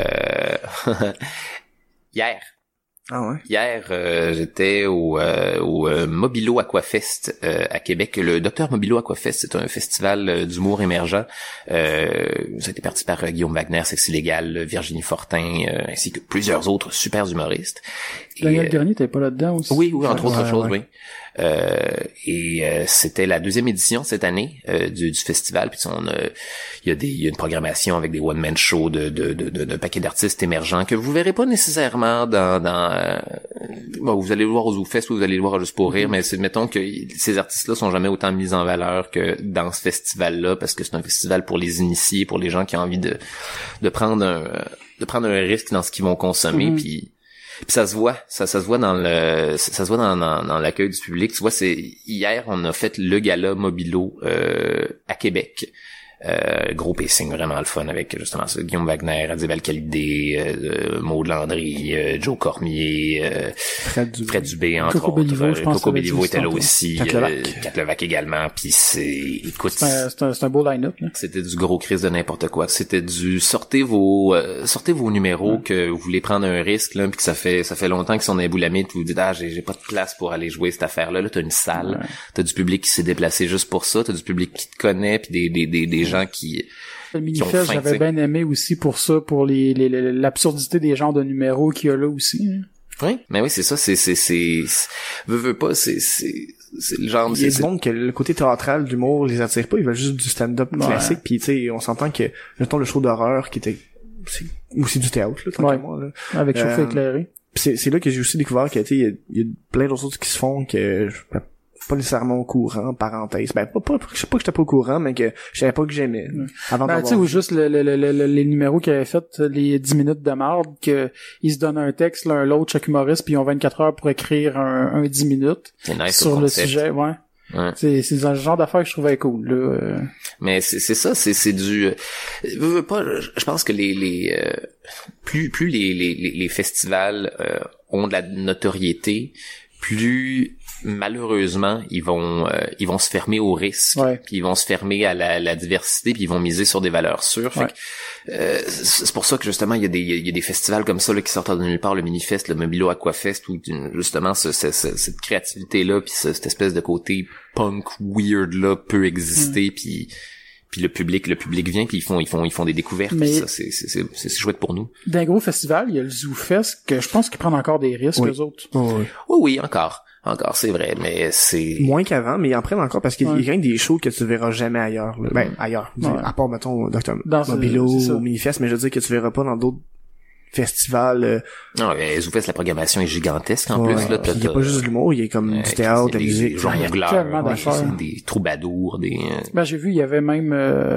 Hier. Ah ouais. Hier, euh, j'étais au, euh, au euh, Mobilo Aquafest euh, à Québec. Le Docteur Mobilo Aquafest, c'est un festival euh, d'humour émergent. Euh, ça a été parti par euh, Guillaume Wagner, Sexe Illégal, Virginie Fortin, euh, ainsi que plusieurs autres super humoristes. Daniel Garnier, t'es pas là-dedans aussi? Oui, oui, entre autres ouais, choses, ouais. oui. Euh, et euh, c'était la deuxième édition cette année euh, du, du festival. Puis on a, il y a des, il y a une programmation avec des one man shows de de de de, de paquets d'artistes émergents que vous verrez pas nécessairement dans dans. Euh, bon, vous allez le voir au ZooFest ou vous allez le voir à Juste pour rire, mm-hmm. mais c'est mettons que ces artistes-là sont jamais autant mis en valeur que dans ce festival-là parce que c'est un festival pour les initiés, pour les gens qui ont envie de de prendre un de prendre un risque dans ce qu'ils vont consommer. Mm-hmm. Puis Puis ça se voit, ça, ça se voit dans le, ça, ça se voit dans, dans, dans l'accueil du public. Tu vois, c'est hier on a fait le gala Mobilo euh, à Québec. Euh, gros pacing vraiment le fun avec justement ça, Guillaume Wagner, Adib Al-Khalidé, euh, Maud Landry, euh, Joe Cormier, euh, Fred Dubé, Fred Dubé entre Coco autres. Bellivo, je pense Coco que Bellivo était là tantôt. aussi, Kat Levac. euh, Kat Levac également. Puis c'est, écoute, C'est un, c'est un, c'est un beau line-up, là. c'était du gros crise de n'importe quoi. C'était du sortez vos euh, sortez vos numéros ouais. que vous voulez prendre un risque là, puis que ça fait ça fait longtemps qu'ils sont dans les boulamites, vous dites ah j'ai j'ai pas de place pour aller jouer cette affaire là. Là t'as une salle, ouais. T'as du public qui s'est déplacé juste pour ça, t'as du public qui te connaît, puis des des des des gens qui le Minifest, j'avais bien aimé aussi pour ça, pour les, les, les l'absurdité des genres de numéros qu'il y a là aussi. Hein. Oui, mais oui, c'est ça, c'est c'est c'est veux veux pas, c'est c'est c'est le genre. Il y a du monde que le côté théâtral d'humour les attire pas, ils veulent juste du stand-up ouais. classique, puis tu sais, on s'entend que mettons le show d'horreur qui était c'est aussi du théâtre là, tant ouais. que moi là. Avec chauffé euh, éclairé. C'est c'est là que j'ai aussi découvert qu'il y a, il y a plein d'autres choses qui se font que je pas nécessairement au courant, parenthèse. Ben, pas, pas, je sais pas que j'étais pas au courant, mais que je savais pas que j'aimais. Ouais. Avant ben, tu sais, ou juste le, le, le, le, les numéros qu'ils avaient fait, les dix minutes de marde, que ils se donnent un texte l'un l'autre, chaque humoriste, puis ils ont vingt-quatre heures pour écrire un, un dix minutes. C'est nice sur le sujet, ouais. Ouais. C'est, c'est un genre d'affaire que je trouvais cool, là. Euh... Mais c'est, c'est ça, c'est, c'est du, euh, veux, veux pas, je pense que les, les, euh, plus, plus les, les, les festivals, euh, ont de la notoriété, plus, malheureusement, ils vont euh, ils vont se fermer au risque, ouais. Puis ils vont se fermer à la, la diversité, puis ils vont miser sur des valeurs sûres. Fait ouais. que, euh, c'est pour ça que justement il y a des il y a des festivals comme ça là qui sortent de nulle part, le Minifest, le Mobilo Aquafest, où justement ce, ce, ce, cette créativité là, puis ce, cette espèce de côté punk weird là peut exister, mm. puis puis le public le public vient, puis ils font ils font ils font des découvertes. Mais ça c'est c'est c'est c'est chouette pour nous. D'un gros festival, il y a le Zoo Fest que je pense qu'ils prennent encore des risques oui. eux autres. Oh, oui. Oh oui, encore. Encore, c'est vrai, mais c'est... Moins qu'avant, mais ils en prennent encore parce qu'il ouais. y a des shows que tu verras jamais ailleurs. Là. Ben, ailleurs. Ouais. À part, mettons, docteur Mobilo ou Minifest, mais je veux dire que tu verras pas dans d'autres festivals. Euh... Non, mais Zoufest, la programmation est gigantesque en ouais. plus. Là, il y a pas juste de l'humour, il y a comme euh, du théâtre, de la musique. Des jongleurs, ouais, des troubadours, des... Ben, j'ai vu, il y avait même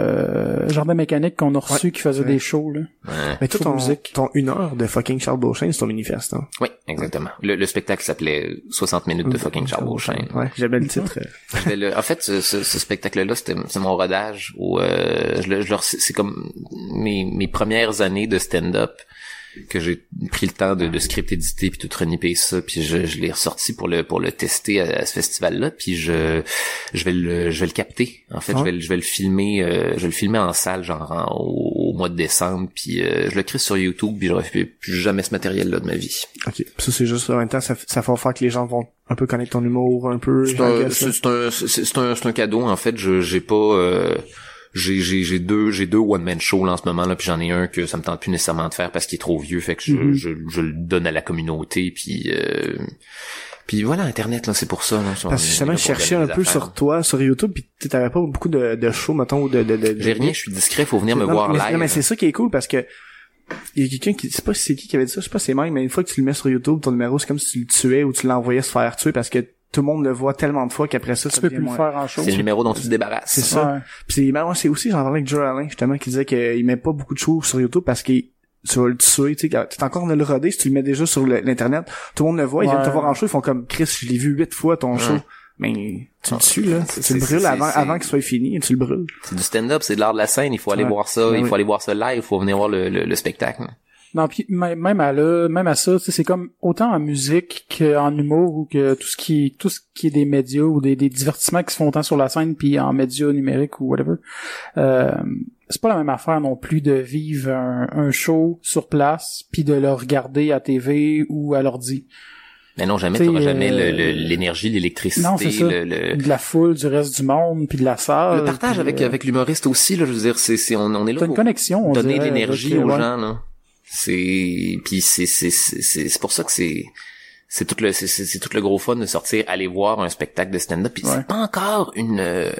euh, Jardin Mécanique qu'on a reçu ouais. qui faisait ouais. des shows, là. Ouais. Mais toi, ton, ton une heure de fucking Charles Beauchesne, c'est ton Minifest, hein? Oui, exactement. Le, le spectacle s'appelait soixante minutes de fucking Charles Beauchesne. Ouais, j'aimais le titre. le, en fait, ce, ce, ce spectacle-là, c'était c'est mon rodage où euh, je, je, c'est comme mes, mes premières années de stand-up que j'ai pris le temps de, de script éditer puis tout reniper ça, puis je, je l'ai ressorti pour le pour le tester à, à ce festival-là, puis je je vais le je vais le capter. En fait, ah. je vais je vais le filmer euh, je vais le filmer en salle genre en, au, au mois de décembre, puis euh, je le crée sur YouTube, puis je refais plus jamais ce matériel-là de ma vie. OK. Ça c'est juste en même temps ça ça va faire que les gens vont un peu connaître ton humour un peu. C'est un c'est, c'est un c'est, c'est un c'est un cadeau en fait, je j'ai pas euh, j'ai j'ai j'ai deux j'ai deux one man show là en ce moment là, puis j'en ai un que ça me tente plus nécessairement de faire parce qu'il est trop vieux, fait que je mm-hmm. je, je le donne à la communauté, puis euh, puis voilà, internet là, c'est pour ça là, parce que justement je cherchais un peu affaires. Sur toi sur YouTube, puis tu t'avais pas beaucoup de de shows mettons ou de de, de j'ai rien, je suis discret, faut venir me non, voir mais, live. Non mais c'est ça qui est cool parce que il y a quelqu'un qui, je sais pas si c'est qui qui avait dit ça, je sais pas si c'est même, mais une fois que tu le mets sur YouTube, ton numéro c'est comme si tu le tuais ou tu l'envoyais se faire tuer parce que tout le monde le voit tellement de fois qu'après ça, tu ça peux plus moins... le faire en show. C'est le numéro dont tu te débarrasses. C'est ça. Ouais. Puis c'est, ben, ouais, c'est aussi, j'en parlais avec Joe Allen, justement, qui disait qu'il met pas beaucoup de shows sur YouTube parce qu'il, tu vas le tuer, tu sais, t'es encore de le roder, si tu le mets déjà sur le, l'internet, tout le monde le voit, ouais. Ils viennent te voir en show, ils font comme, Chris, je l'ai vu huit fois ton ouais. show. Mais, tu le tues, là. C'est, tu le brûles avant, avant qu'il soit fini, tu le brûles. C'est du stand-up, c'est de l'art de la scène, il faut aller ouais. voir ça, ben il faut oui. aller voir ça live, il faut venir voir le, le, le spectacle. Non, puis même à là, même à ça, tu sais, c'est comme autant en musique qu'en humour ou que tout ce qui tout ce qui est des médias ou des, des divertissements qui se font autant sur la scène puis en médias numériques ou whatever. Euh, c'est pas la même affaire non plus de vivre un, un show sur place puis de le regarder à T V ou à l'ordi. Mais non, jamais, t'auras jamais euh, le, le, l'énergie, l'électricité, non, c'est ça. Le, le... de la foule, du reste du monde, puis de la salle. Le partage puis, avec euh... avec l'humoriste aussi, là, je veux dire, c'est, c'est on, on est là T'as pour une connexion, on donner dirait, de l'énergie avec, aux ouais. gens, là. C'est puis c'est c'est c'est c'est pour ça que c'est c'est tout le c'est c'est tout le gros fun de sortir aller voir un spectacle de stand-up, puis ouais. c'est pas encore une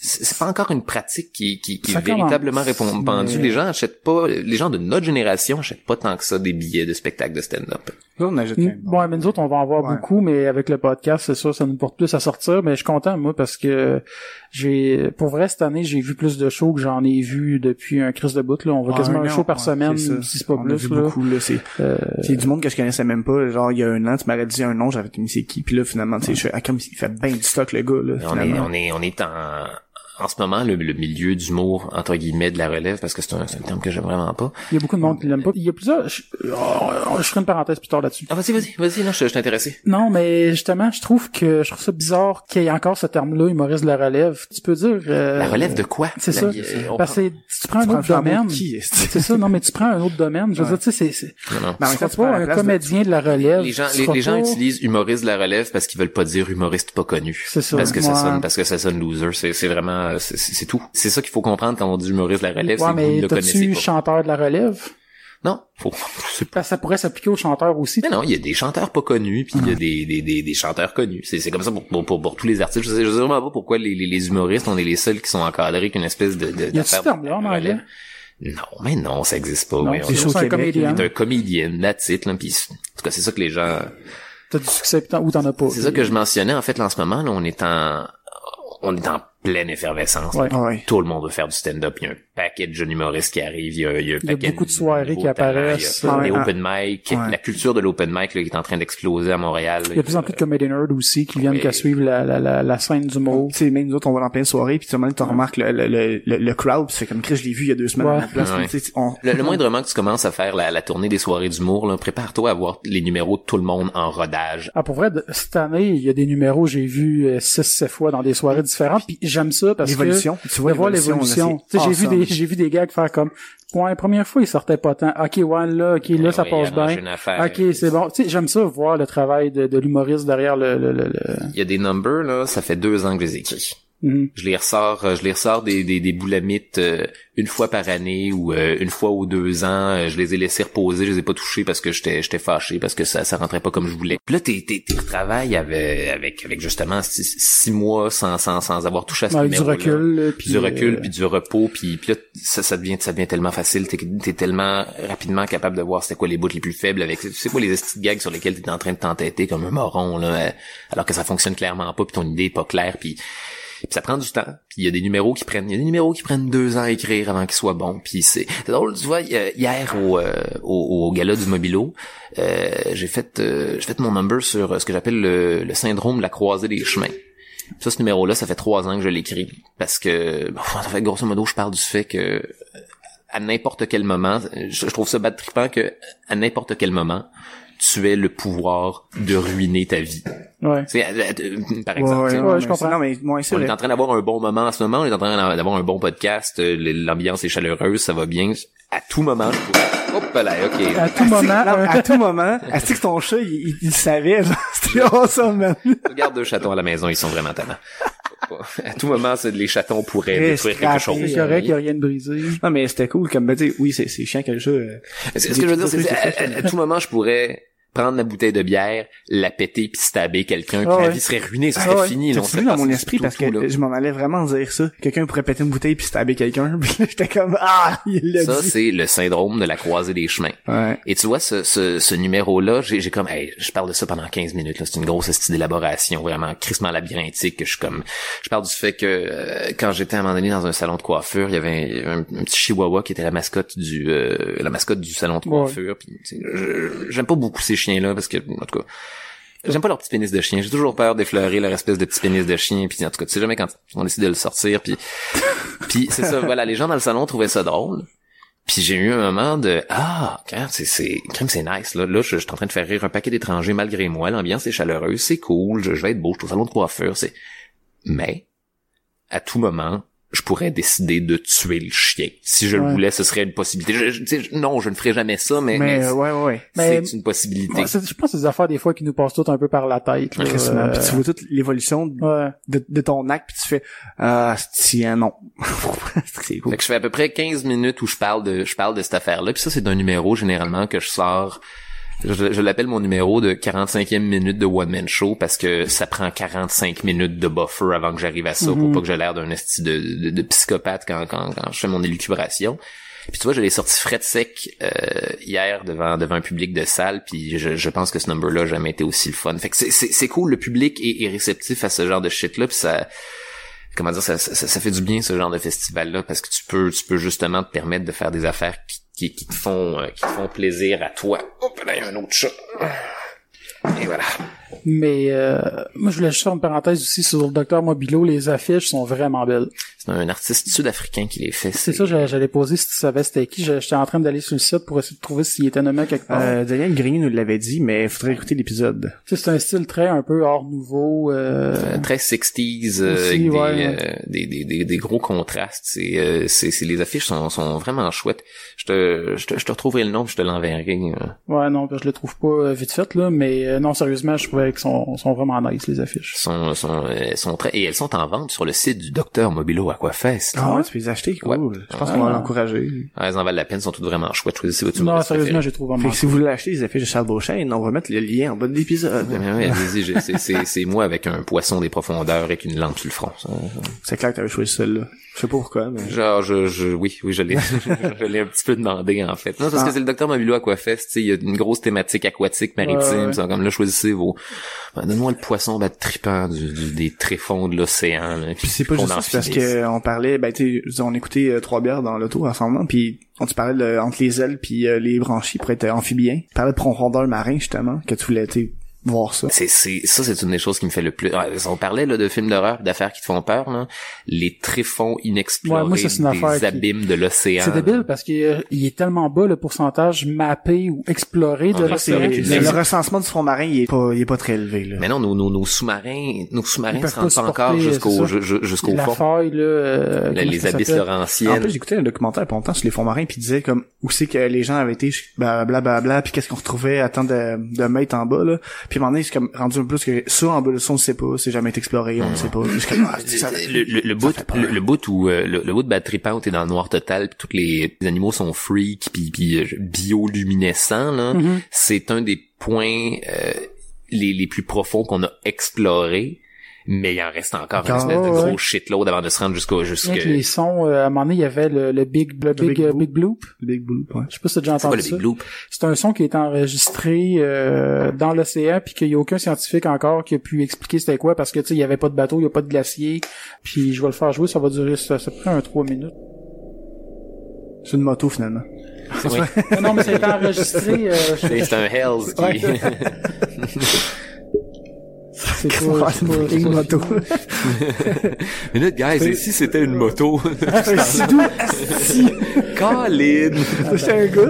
c'est, c'est pas encore une pratique qui, qui, qui Ça est véritablement commence, répandue. mais... Les gens achètent pas, les gens de notre génération achètent pas tant que ça des billets de spectacles de stand-up. Là, on achète Mm, bon, mais nous autres, on va en voir Ouais. beaucoup, mais avec le podcast, c'est sûr, ça nous porte plus à sortir. Mais je suis content, moi, parce que j'ai, pour vrai, cette année, j'ai vu plus de shows que j'en ai vu depuis un crise de bout, là. On va Ah, quasiment un non, show par ouais, semaine, c'est ça. si c'est pas On a plus, vu là. beaucoup, là. C'est, Euh, c'est du monde que je connaissais même pas. Genre, il y a un an, tu m'aurais dit un nom, j'avais dit, mais c'est qui? Puis là, finalement, tu sais, je fais, ah, comme, il fait bien du stock, le gars, là, On est, finalement. on est, on est en, en ce moment, le, le milieu d'humour, entre guillemets, de la relève, parce que c'est un, c'est un terme que j'aime vraiment pas. il y a beaucoup de monde qui l'aime pas. Il y a plusieurs, je, oh, je ferai une parenthèse plus tard là-dessus. Ah, vas-y, vas-y, vas-y, non, je, je t'intéressais. Non, mais justement, je trouve que, je trouve ça bizarre qu'il y ait encore ce terme-là, humoriste de la relève. Tu peux dire, euh, La relève de quoi? c'est La- ça. euh, on Parce que si tu prends un Tu prends autre le flambeau de domaine, qui, est-ce que- c'est ça, non, mais tu prends un autre domaine, je veux Ouais. dire, tu sais, c'est, c'est, prend- non, non. Mais en tu même temps, seras tu prends pas la un place de- comédien de la relève. Les gens, tu les, seras les gens pas- utilisent humoriste de la relève parce qu'ils veulent pas dire humoriste pas connu. C'est ça. Parce que ça Ouais. sonne, parce que ça sonne loser. C'est, c'est vraiment, c'est, c'est c'est tout. C'est ça qu'il faut comprendre quand on dit humoriste de la relève, Ouais, c'est que vous ne mais le connaissez t'as-tu pas. chanteur de la relève? Non, faut, c'est pas. Parce que ça pourrait s'appliquer aux chanteurs aussi. Mais non, il y a des chanteurs pas connus, puis il y a des, des, des, des chanteurs connus. C'est, c'est comme ça pour, pour, pour, pour tous les artistes. Je sais, je sais vraiment pas pourquoi les, les, les humoristes, on est les seuls qui sont encadrés qu'une espèce de, de, Il y a ce terme-là en anglais? Non, mais non, ça existe pas. Non, mais c'est on- juste au un Québec, comédien. C'est un comédien, that's it, là, pis, en tout cas, c'est ça que les gens, T'as du succès pis t'en- ou t'en as pas. c'est ça que je mentionnais, en fait, là, en ce moment, là, on est en, on est en pleine effervescence. Ouais. Ouais. Tout le monde veut faire du stand-up. Il y a un paquet de jeunes humoristes qui arrivent. Il y a, il y a, un Il y a paquet beaucoup de soirées nouveaux qui apparaissent. talents. Il y a Ouais. les open mic. Ouais. La culture de l'open mic, là, qui est en train d'exploser à Montréal. là. Il y a de plus en plus de comédie nerd aussi qui viennent Oui. qu'à suivre la, la, la, la scène du mot. Tu sais, même nous autres, on va en pleine soirée, puis tu tu remarques le, le, le, le, le crowd, puis c'est comme Chris, je l'ai vu il y a deux semaines. Ouais. à la place, Ouais. tu sais, on- Le, le moindrement que tu commences à faire la, la tournée des soirées d'humour, là, prépare-toi à voir les numéros de tout le monde en rodage. Ah, pour vrai, de- cette année, il y a des numéros, j'ai vu euh, six, sept fois dans des soirées différentes, puis j'aime ça parce que L'évolution. Tu vois de voir l'évolution. là, Tu sais, c'est j'ai vu awesome. des, j'ai vu des gars faire comme, ouais, la première fois, ils sortaient pas tant. Ok, ouais, là, ok, là, ça Ouais, passe arranger bien. une affaire. Ok, c'est bon. Tu sais, j'aime ça, voir le travail de, de l'humoriste derrière le, le, le, le- Il y a des numbers, là, ça fait deux ans que je les écris. Mhm. Je les ressors, euh, je les ressors des des, des boulamites euh, une fois par année ou euh, une fois ou deux ans. Euh, je les ai laissés reposer, je les ai pas touchés parce que j'étais j'étais fâché parce que ça ça rentrait pas comme je voulais. Puis là t'es t'es t'es retravailles avec avec avec justement six, six mois sans sans sans avoir touché à ce Avec du numéro-là. recul, là, puis du recul euh, puis du repos puis puis là ça ça devient ça devient tellement facile. T'es t'es tellement rapidement capable de voir c'est quoi les bouts les plus faibles avec c'est quoi les estis de gags sur lesquels t'es en train de t'entêter comme un moron là euh, alors que ça fonctionne clairement pas puis ton idée est pas claire puis Puis ça prend du temps. Puis il y a des numéros qui prennent, il y a des numéros qui prennent deux ans à écrire avant qu'ils soient bons. Puis c'est, c'est drôle, tu vois, hier au euh, au, au gala du Mobilo, euh, j'ai fait euh, j'ai fait mon number sur ce que j'appelle le, le syndrome de la croisée des chemins. Ça, ce numéro-là, ça fait trois ans que je l'écris parce que, bon, en fait, grosso modo, je parle du fait que à n'importe quel moment, je, je trouve ça bad trippant que à n'importe quel moment, tu aies le pouvoir de ruiner ta vie. Ouais. C'est, euh, par Ouais, exemple. ouais, tu sais, ouais, ouais, je mais comprends. Non, mais, moi, c'est on vrai. est en train d'avoir un bon moment en ce moment, on est en train d'avoir un bon podcast, euh, l'ambiance est chaleureuse, ça va bien. À tout moment, je pourrais... Hop là, ok. À tout Asti- moment, non, un- à tout moment, est-ce que ton chat, il, il, il le savait, genre, c'était awesome, man. Regarde deux chatons à la maison, ils sont vraiment tannants. À tout moment, c'est les chatons pourraient Très détruire quelque scrappé. chose. c'est correct, il y a rien de brisé. Non, mais c'était cool, comme, ben, tu sais, oui, c'est, c'est chiant que le chat, euh, Ce que je veux dire, c'est que à, à- à tout moment, je pourrais prendre ma bouteille de bière, la péter puis stabber quelqu'un, puis Ah la ouais. vie serait ruinée, ça Ah serait ouais. fini. là, on T'as-tu serait vu dans passé mon du esprit tout, parce tout, là. que je m'en allais vraiment dire ça. Quelqu'un pourrait péter une bouteille puis stabber quelqu'un, puis là, j'étais comme, ah, il l'a Ça, dit. c'est le syndrome de la croisée des chemins. Ouais. Et tu vois, ce, ce, ce numéro-là, j'ai, j'ai comme, hey, je parle de ça pendant quinze minutes, là. C'est une grosse style d'élaboration, vraiment crissement labyrinthique, que je suis comme, je parle du fait que, euh, quand j'étais à un moment donné dans un salon de coiffure, il y avait un, un petit chihuahua qui était la mascotte du, euh, la mascotte du salon de coiffure, puis, tu sais, je- j'aime pas beaucoup ces chiens-là, parce que, en tout cas, j'aime pas leur petit pénis de chien. J'ai toujours peur d'effleurer leur espèce de petit pénis de chien. Puis en tout cas, tu sais jamais quand ils vont décider de le sortir. Puis, puis c'est ça. Voilà, les gens dans le salon trouvaient ça drôle. Puis j'ai eu un moment de ah, quand c'est c'est crime, c'est nice là. Là, je, je suis en train de faire rire un paquet d'étrangers malgré moi. L'ambiance est chaleureuse, c'est cool. Je, je vais être beau. Je suis au salon de coiffure. C'est mais à tout moment, je pourrais décider de tuer le chien. Si je Ouais. le voulais, ce serait une possibilité. Je, je, tu sais, je- non, je ne ferai jamais ça, mais, Mais, mais euh, ouais, ouais, ouais. Mais- c'est une possibilité. Ouais, c'est- je pense que c'est des affaires des fois qui nous passent toutes un peu par la tête. là. Crissement. Euh, Puis tu vois toute l'évolution de, ouais. de, de ton acte, puis tu fais, ah, tiens, non. C'est cool. Fait que je fais à peu près quinze minutes où je parle de je parle de cette affaire-là. Puis ça, c'est d'un numéro généralement que je sors Je, je l'appelle mon numéro de quarante-cinquième minute de One Man Show parce que ça prend quarante-cinq minutes de buffer avant que j'arrive à ça mm-hmm. pour pas que j'ai l'air d'un esti de, de, de psychopathe quand, quand, quand je fais mon élucubration. Puis tu vois, je l'ai sorti fret sec euh, hier devant devant un public de salle, puis je, je pense que ce number-là a jamais été aussi le fun. Fait que c'est c'est, c'est cool, le public est, est réceptif à ce genre de shit-là, puis ça... Comment dire, ça, ça, ça fait du bien ce genre de festival-là, parce que tu peux tu peux justement te permettre de faire des affaires qui, qui, qui te font euh, qui te font plaisir à toi. Hop, là, il y a un autre chat. Et voilà. Mais euh, moi, je voulais juste faire une parenthèse aussi sur le docteur Mobilo. Les affiches sont vraiment belles. C'est un artiste sud-africain qui les fait. C'est, c'est ça, j'allais, j'allais poser si tu savais c'était qui. J'étais en train d'aller sur le site pour essayer de trouver s'il était nommé quelque part. Euh, Daniel Grenier nous l'avait dit, mais il faudrait écouter l'épisode. Tu sais, c'est un style très un peu hors nouveau. Euh... Euh, très sixties, euh, aussi, avec des, ouais. euh, des, des, des, des gros contrastes. C'est, euh, c'est, c'est, les affiches sont, sont vraiment chouettes. Je te, je te, je te retrouverai le nom, je te l'enverrai. Euh. Ouais, non, je le trouve pas vite fait, là, mais euh, non, sérieusement, je trouvais qu'elles sont, sont vraiment nice, les affiches. Sont, sont, euh, sont très, et elles sont en vente sur le site du docteur Mobilo Aquafest. Ah ouais, tu peux les acheter, cool. Ouais. Je pense ouais, qu'on va ouais. l'encourager. Ouais, elles en valent la peine, sont toutes vraiment chouettes. Choisissez votre Non, sérieusement, j'ai trouvé vraiment. Fait que si vous voulez acheter les affiches de Charles Beauchesne, on va mettre le lien en bas de l'épisode. Ouais, ouais, allez-y, j'ai, c'est, c'est, c'est moi avec un poisson des profondeurs avec une lampe sur le front. Ça, ça. C'est clair que t'avais choisi celle-là. Je sais pas pourquoi, mais... Genre, je, je, oui, oui, je l'ai, je l'ai un petit peu demandé, en fait. Non, parce ah. que c'est le docteur Mobilo Aquafest, tu sais, il y a une grosse thématique aquatique, maritime, ouais, ouais. C'est comme là, choisissez vos, ben, donne-moi le poisson, ben, tripant du, du, des tréfonds de l'océan, là. Puis, puis c'est pas juste ça, c'est parce que on parlait, ben, tu sais, on écoutait euh, trois bières dans l'auto ensemble, puis on te parlait de, entre les ailes puis euh, les branchies pour être amphibien. Tu parlais de profondeur marin, justement, que tu voulais, tu voir ça. C'est, c'est, ça, c'est une des choses qui me fait le plus... On parlait, là, de films d'horreur, d'affaires qui te font peur, là. Les tréfonds inexplorés, ouais, moi, ça, c'est des abîmes qui... de l'océan. C'est débile parce qu'il est tellement bas, le pourcentage mappé ou exploré de l'océan. Le, le recensement du fond marin, il est pas, il est pas très élevé, là. Mais non, nos, nos, nos sous-marins, nos sous-marins se rendent pas encore jusqu'au, jusqu'au la fond. La faille, là, euh, la, les abysses laurentiennes. En plus, j'écoutais un documentaire pendant sur les fonds marins puis il disait comme, où c'est que les gens avaient été, blablabla, bla, bla, puis qu'est-ce qu'on retrouvait à temps de, de mètres en bas, là. Puis à un moment donné, c'est comme, rendu un peu plus que ça en bas de ça, on ne sait pas, c'est jamais été exploré, on ne sait pas. Comme, ah, ça, le, le, le bout, le, le bout où, euh, le, le bout de batterie pente est dans le noir total, puis tous les, les animaux sont freaks, puis, puis euh, bioluminescents, là, mm-hmm. C'est un des points, euh, les, les plus profonds qu'on a explorés. Mais il en reste encore une espèce oh, de gros ouais. shitload avant de se rendre jusqu'au jusqu'à Avec les sons, euh, à un moment donné, il y avait le, le big le, le big, big, uh, big bloop. Le big bloop, ouais. Je sais pas si t'as déjà entendu c'est ça. Le big bloop? C'est un son qui est enregistré euh, dans l'océan puis qu'il y a aucun scientifique encore qui a pu expliquer c'était quoi parce que tu sais il y avait pas de bateau, il y a pas de glacier. Puis je vais le faire jouer, ça va durer ça, ça prend un trois minutes. C'est une moto finalement. C'est oui. ça. Non mais ça a été enregistré. Euh, c'est, c'est un Hells qui. Ouais. C'est quoi, c'est pas une moto. Mais là, guys, c'est... et si c'était une moto? C'est tout. Si. Colin. C'est un gars.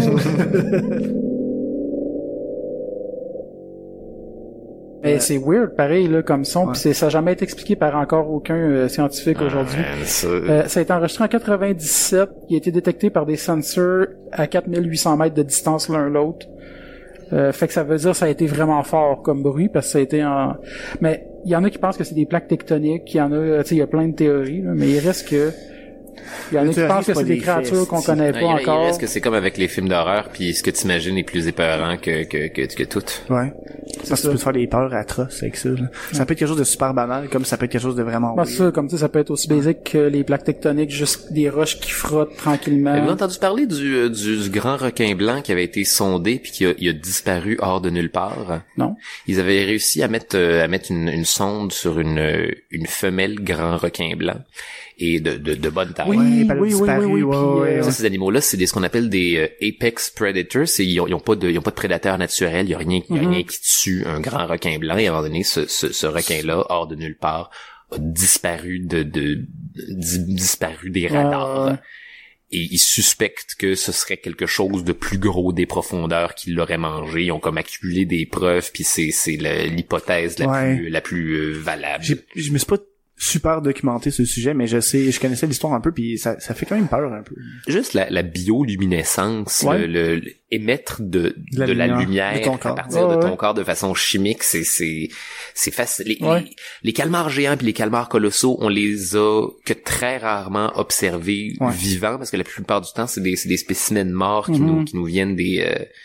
Mais c'est weird, pareil, là, comme son, ouais. Pis c'est, ça n'a jamais été expliqué par encore aucun euh, scientifique ah, aujourd'hui. Man, ça... Euh, ça a été enregistré en quatre-vingt-dix-sept, il a été détecté par des sensors à quatre mille huit cents mètres de distance l'un l'autre. Euh, fait que ça veut dire que ça a été vraiment fort comme bruit parce que ça a été en... Mais il y en a qui pensent que c'est des plaques tectoniques, il y en a, tu sais, il y a plein de théories, là, mais il reste que... Il y en a qui pensent que c'est des créatures qu'on connaît pas il, encore. Il reste que c'est comme avec les films d'horreur, puis ce que tu imagines est plus épeurant que que que, que tout. Ouais. C'est parce que tu peux te faire des peurs atroces avec ça. Là. Ouais. Ça peut être quelque chose de super banal, comme ça peut être quelque chose de vraiment. Bah, ça, comme ça, ça peut être aussi basique que les plaques tectoniques, juste des roches qui frottent tranquillement. Avez-vous entendu parler du, du du grand requin blanc qui avait été sondé puis qui a, il a disparu hors de nulle part? Non. Ils avaient réussi à mettre à mettre une, une sonde sur une une femelle grand requin blanc. Et de, de, de bonne taille. Oui, oui, oui, oui, oui, oui, oui. Puis, euh, ça, ces animaux-là, c'est des, ce qu'on appelle des euh, apex predators. C'est, ils ont, ils ont pas de, ils ont pas de prédateurs naturels. Il y a rien, il y a mm-hmm. rien qui tue un grand requin blanc. Et à un moment donné, ce, ce, ce requin-là, hors de nulle part, a disparu de, de, de disparu des radars. Euh... Et ils suspectent que ce serait quelque chose de plus gros des profondeurs qui l'auraient mangé. Ils ont comme accumulé des preuves, puis c'est, c'est la, l'hypothèse la ouais. plus, la plus euh, valable. J'ai, je me suis pas super documenté ce sujet, mais je sais, je connaissais l'histoire un peu, puis ça, ça fait quand même peur un peu. Juste la, la bioluminescence, ouais. le, le émettre de, de, la, de lumière, la lumière de à partir ouais, de ton ouais. corps de façon chimique, c'est, c'est, c'est facile. Les, ouais. les, les calmars géants puis les calmars colossaux, on les a que très rarement observés ouais. vivants, parce que la plupart du temps, c'est des, c'est des spécimens morts qui mm-hmm. nous, qui nous viennent des, euh,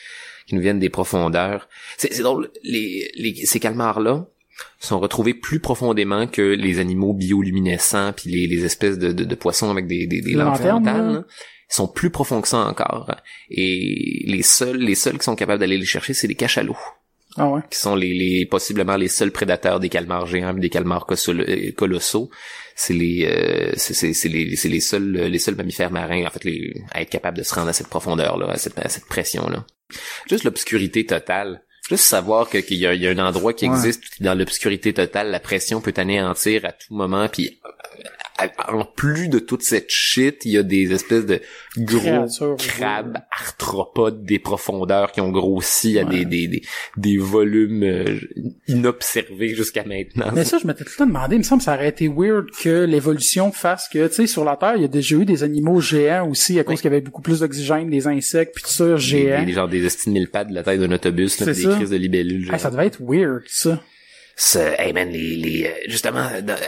qui nous viennent des profondeurs. C'est, c'est drôle, les, les, ces calmars-là sont retrouvés plus profondément que les animaux bioluminescents puis les, les espèces de, de, de poissons avec des, des, des lampes frontales. Ils sont plus profonds que ça encore. Et les seuls, les seuls qui sont capables d'aller les chercher, c'est les cachalots. Ah ouais. Qui sont les, les, possiblement les seuls prédateurs des calmars géants, des calmars colossaux. C'est les, euh, c'est, c'est, c'est les, c'est les seuls, les seuls mammifères marins, en fait, les, à être capables de se rendre à cette profondeur-là, à cette, à cette pression-là. Juste l'obscurité totale. Juste savoir que, qu'il y a, il y a un endroit qui existe ouais. Dans l'obscurité totale, la pression peut t'anéantir à tout moment, puis en plus de toute cette shit, il y a des espèces de gros Créature, crabes oui. arthropodes des profondeurs qui ont grossi à ouais. des, des, des, des volumes euh, inobservés jusqu'à maintenant. Mais ça, je m'étais tout le temps demandé, il me semble que ça aurait été weird que l'évolution fasse que, tu sais, sur la Terre, il y a déjà eu des animaux géants aussi, à cause oui. qu'il y avait beaucoup plus d'oxygène, des insectes, puis tout ça, géants. Des, des, genre des estimes mille pattes de la taille d'un autobus, là, des crises de libellules. Ah, ça devait être weird, ça. Ça, hey man, les, les, justement,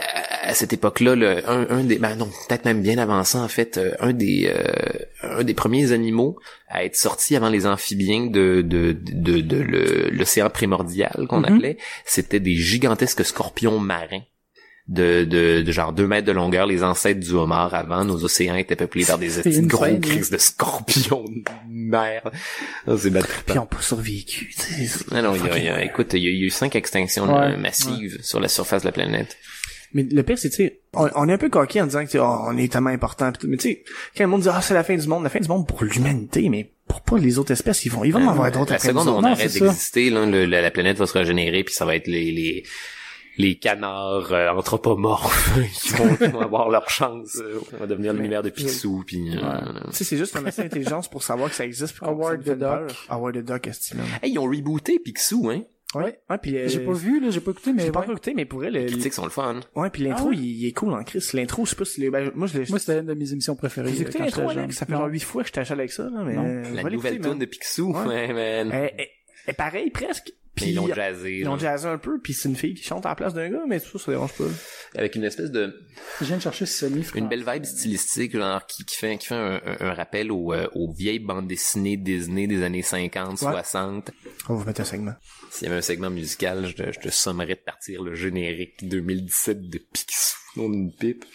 à cette époque-là, le, un, un des, ben non, peut-être même bien avant ça, en fait, un des, euh, un des premiers animaux à être sorti avant les amphibiens de, de, de, de, de le, l'océan primordial qu'on mm-hmm. appelait, c'était des gigantesques scorpions marins. De, de, de genre deux mètres de longueur, les ancêtres du homard avant, nos océans étaient peuplés par des petites grosses crises de scorpions de mer. Oh, c'est battu. Puis ils ont pas survécu, tu sais. Non, non, il y a, il y a, écoute, il y a, il y a eu cinq extinctions ouais, massives ouais. sur la surface de la planète. Mais le pire, c'est, tu sais, on, on est un peu coquille en disant que, oh, on est tellement important, pis tout, mais tu sais, quand le monde dit, ah, c'est la fin du monde, la fin du monde pour l'humanité, mais pour pas les autres espèces, ils vont, ils vont euh, en avoir d'autres après. La seconde où on non, arrête d'exister, là, le, la, la planète va se régénérer, puis ça va être les, les, les canards euh, anthropomorphes qui, vont, qui vont avoir leur chance. Euh, on va devenir l'univers de Picsou, puis... Euh, ouais. Tu sais, c'est juste un assez d'intelligence pour savoir que ça existe. Howard the Duck. Howard the Duck, estime. Hey, ils ont rebooté Picsou, hein? Ouais, ouais, puis euh, j'ai pas vu là, j'ai pas écouté, mais j'ai ouais. pas écouté, mais pour elle, les critiques sont le fun. Ouais, puis l'intro, ah ouais. il, il est cool en Chris. L'intro, je sais pas si les, ben, moi je l'ai. Moi c'était une de mes émissions préférées. J'ai écouté l'intro, Alex, ça fait genre huit fois que je t'achète avec ça, là, mais euh, la nouvelle tune de Picsou, ouais, ouais man. Euh, et pareil presque. Puis ils l'ont jazzé. Ils l'ont jazzé un peu, puis c'est une fille qui chante à la place d'un gars, mais tout ça, ça dérange pas. Avec une espèce de... Je viens de chercher Sony. Une belle vibe stylistique, genre, qui, qui fait, qui fait un, un, un rappel aux, euh, aux vieilles bandes dessinées Disney des années cinquante, ouais. soixante. On va vous mettre un segment. S'il y avait un segment musical, je te, je te sommerais de partir le générique deux mille dix-sept de Picsou, nom d'une pipe.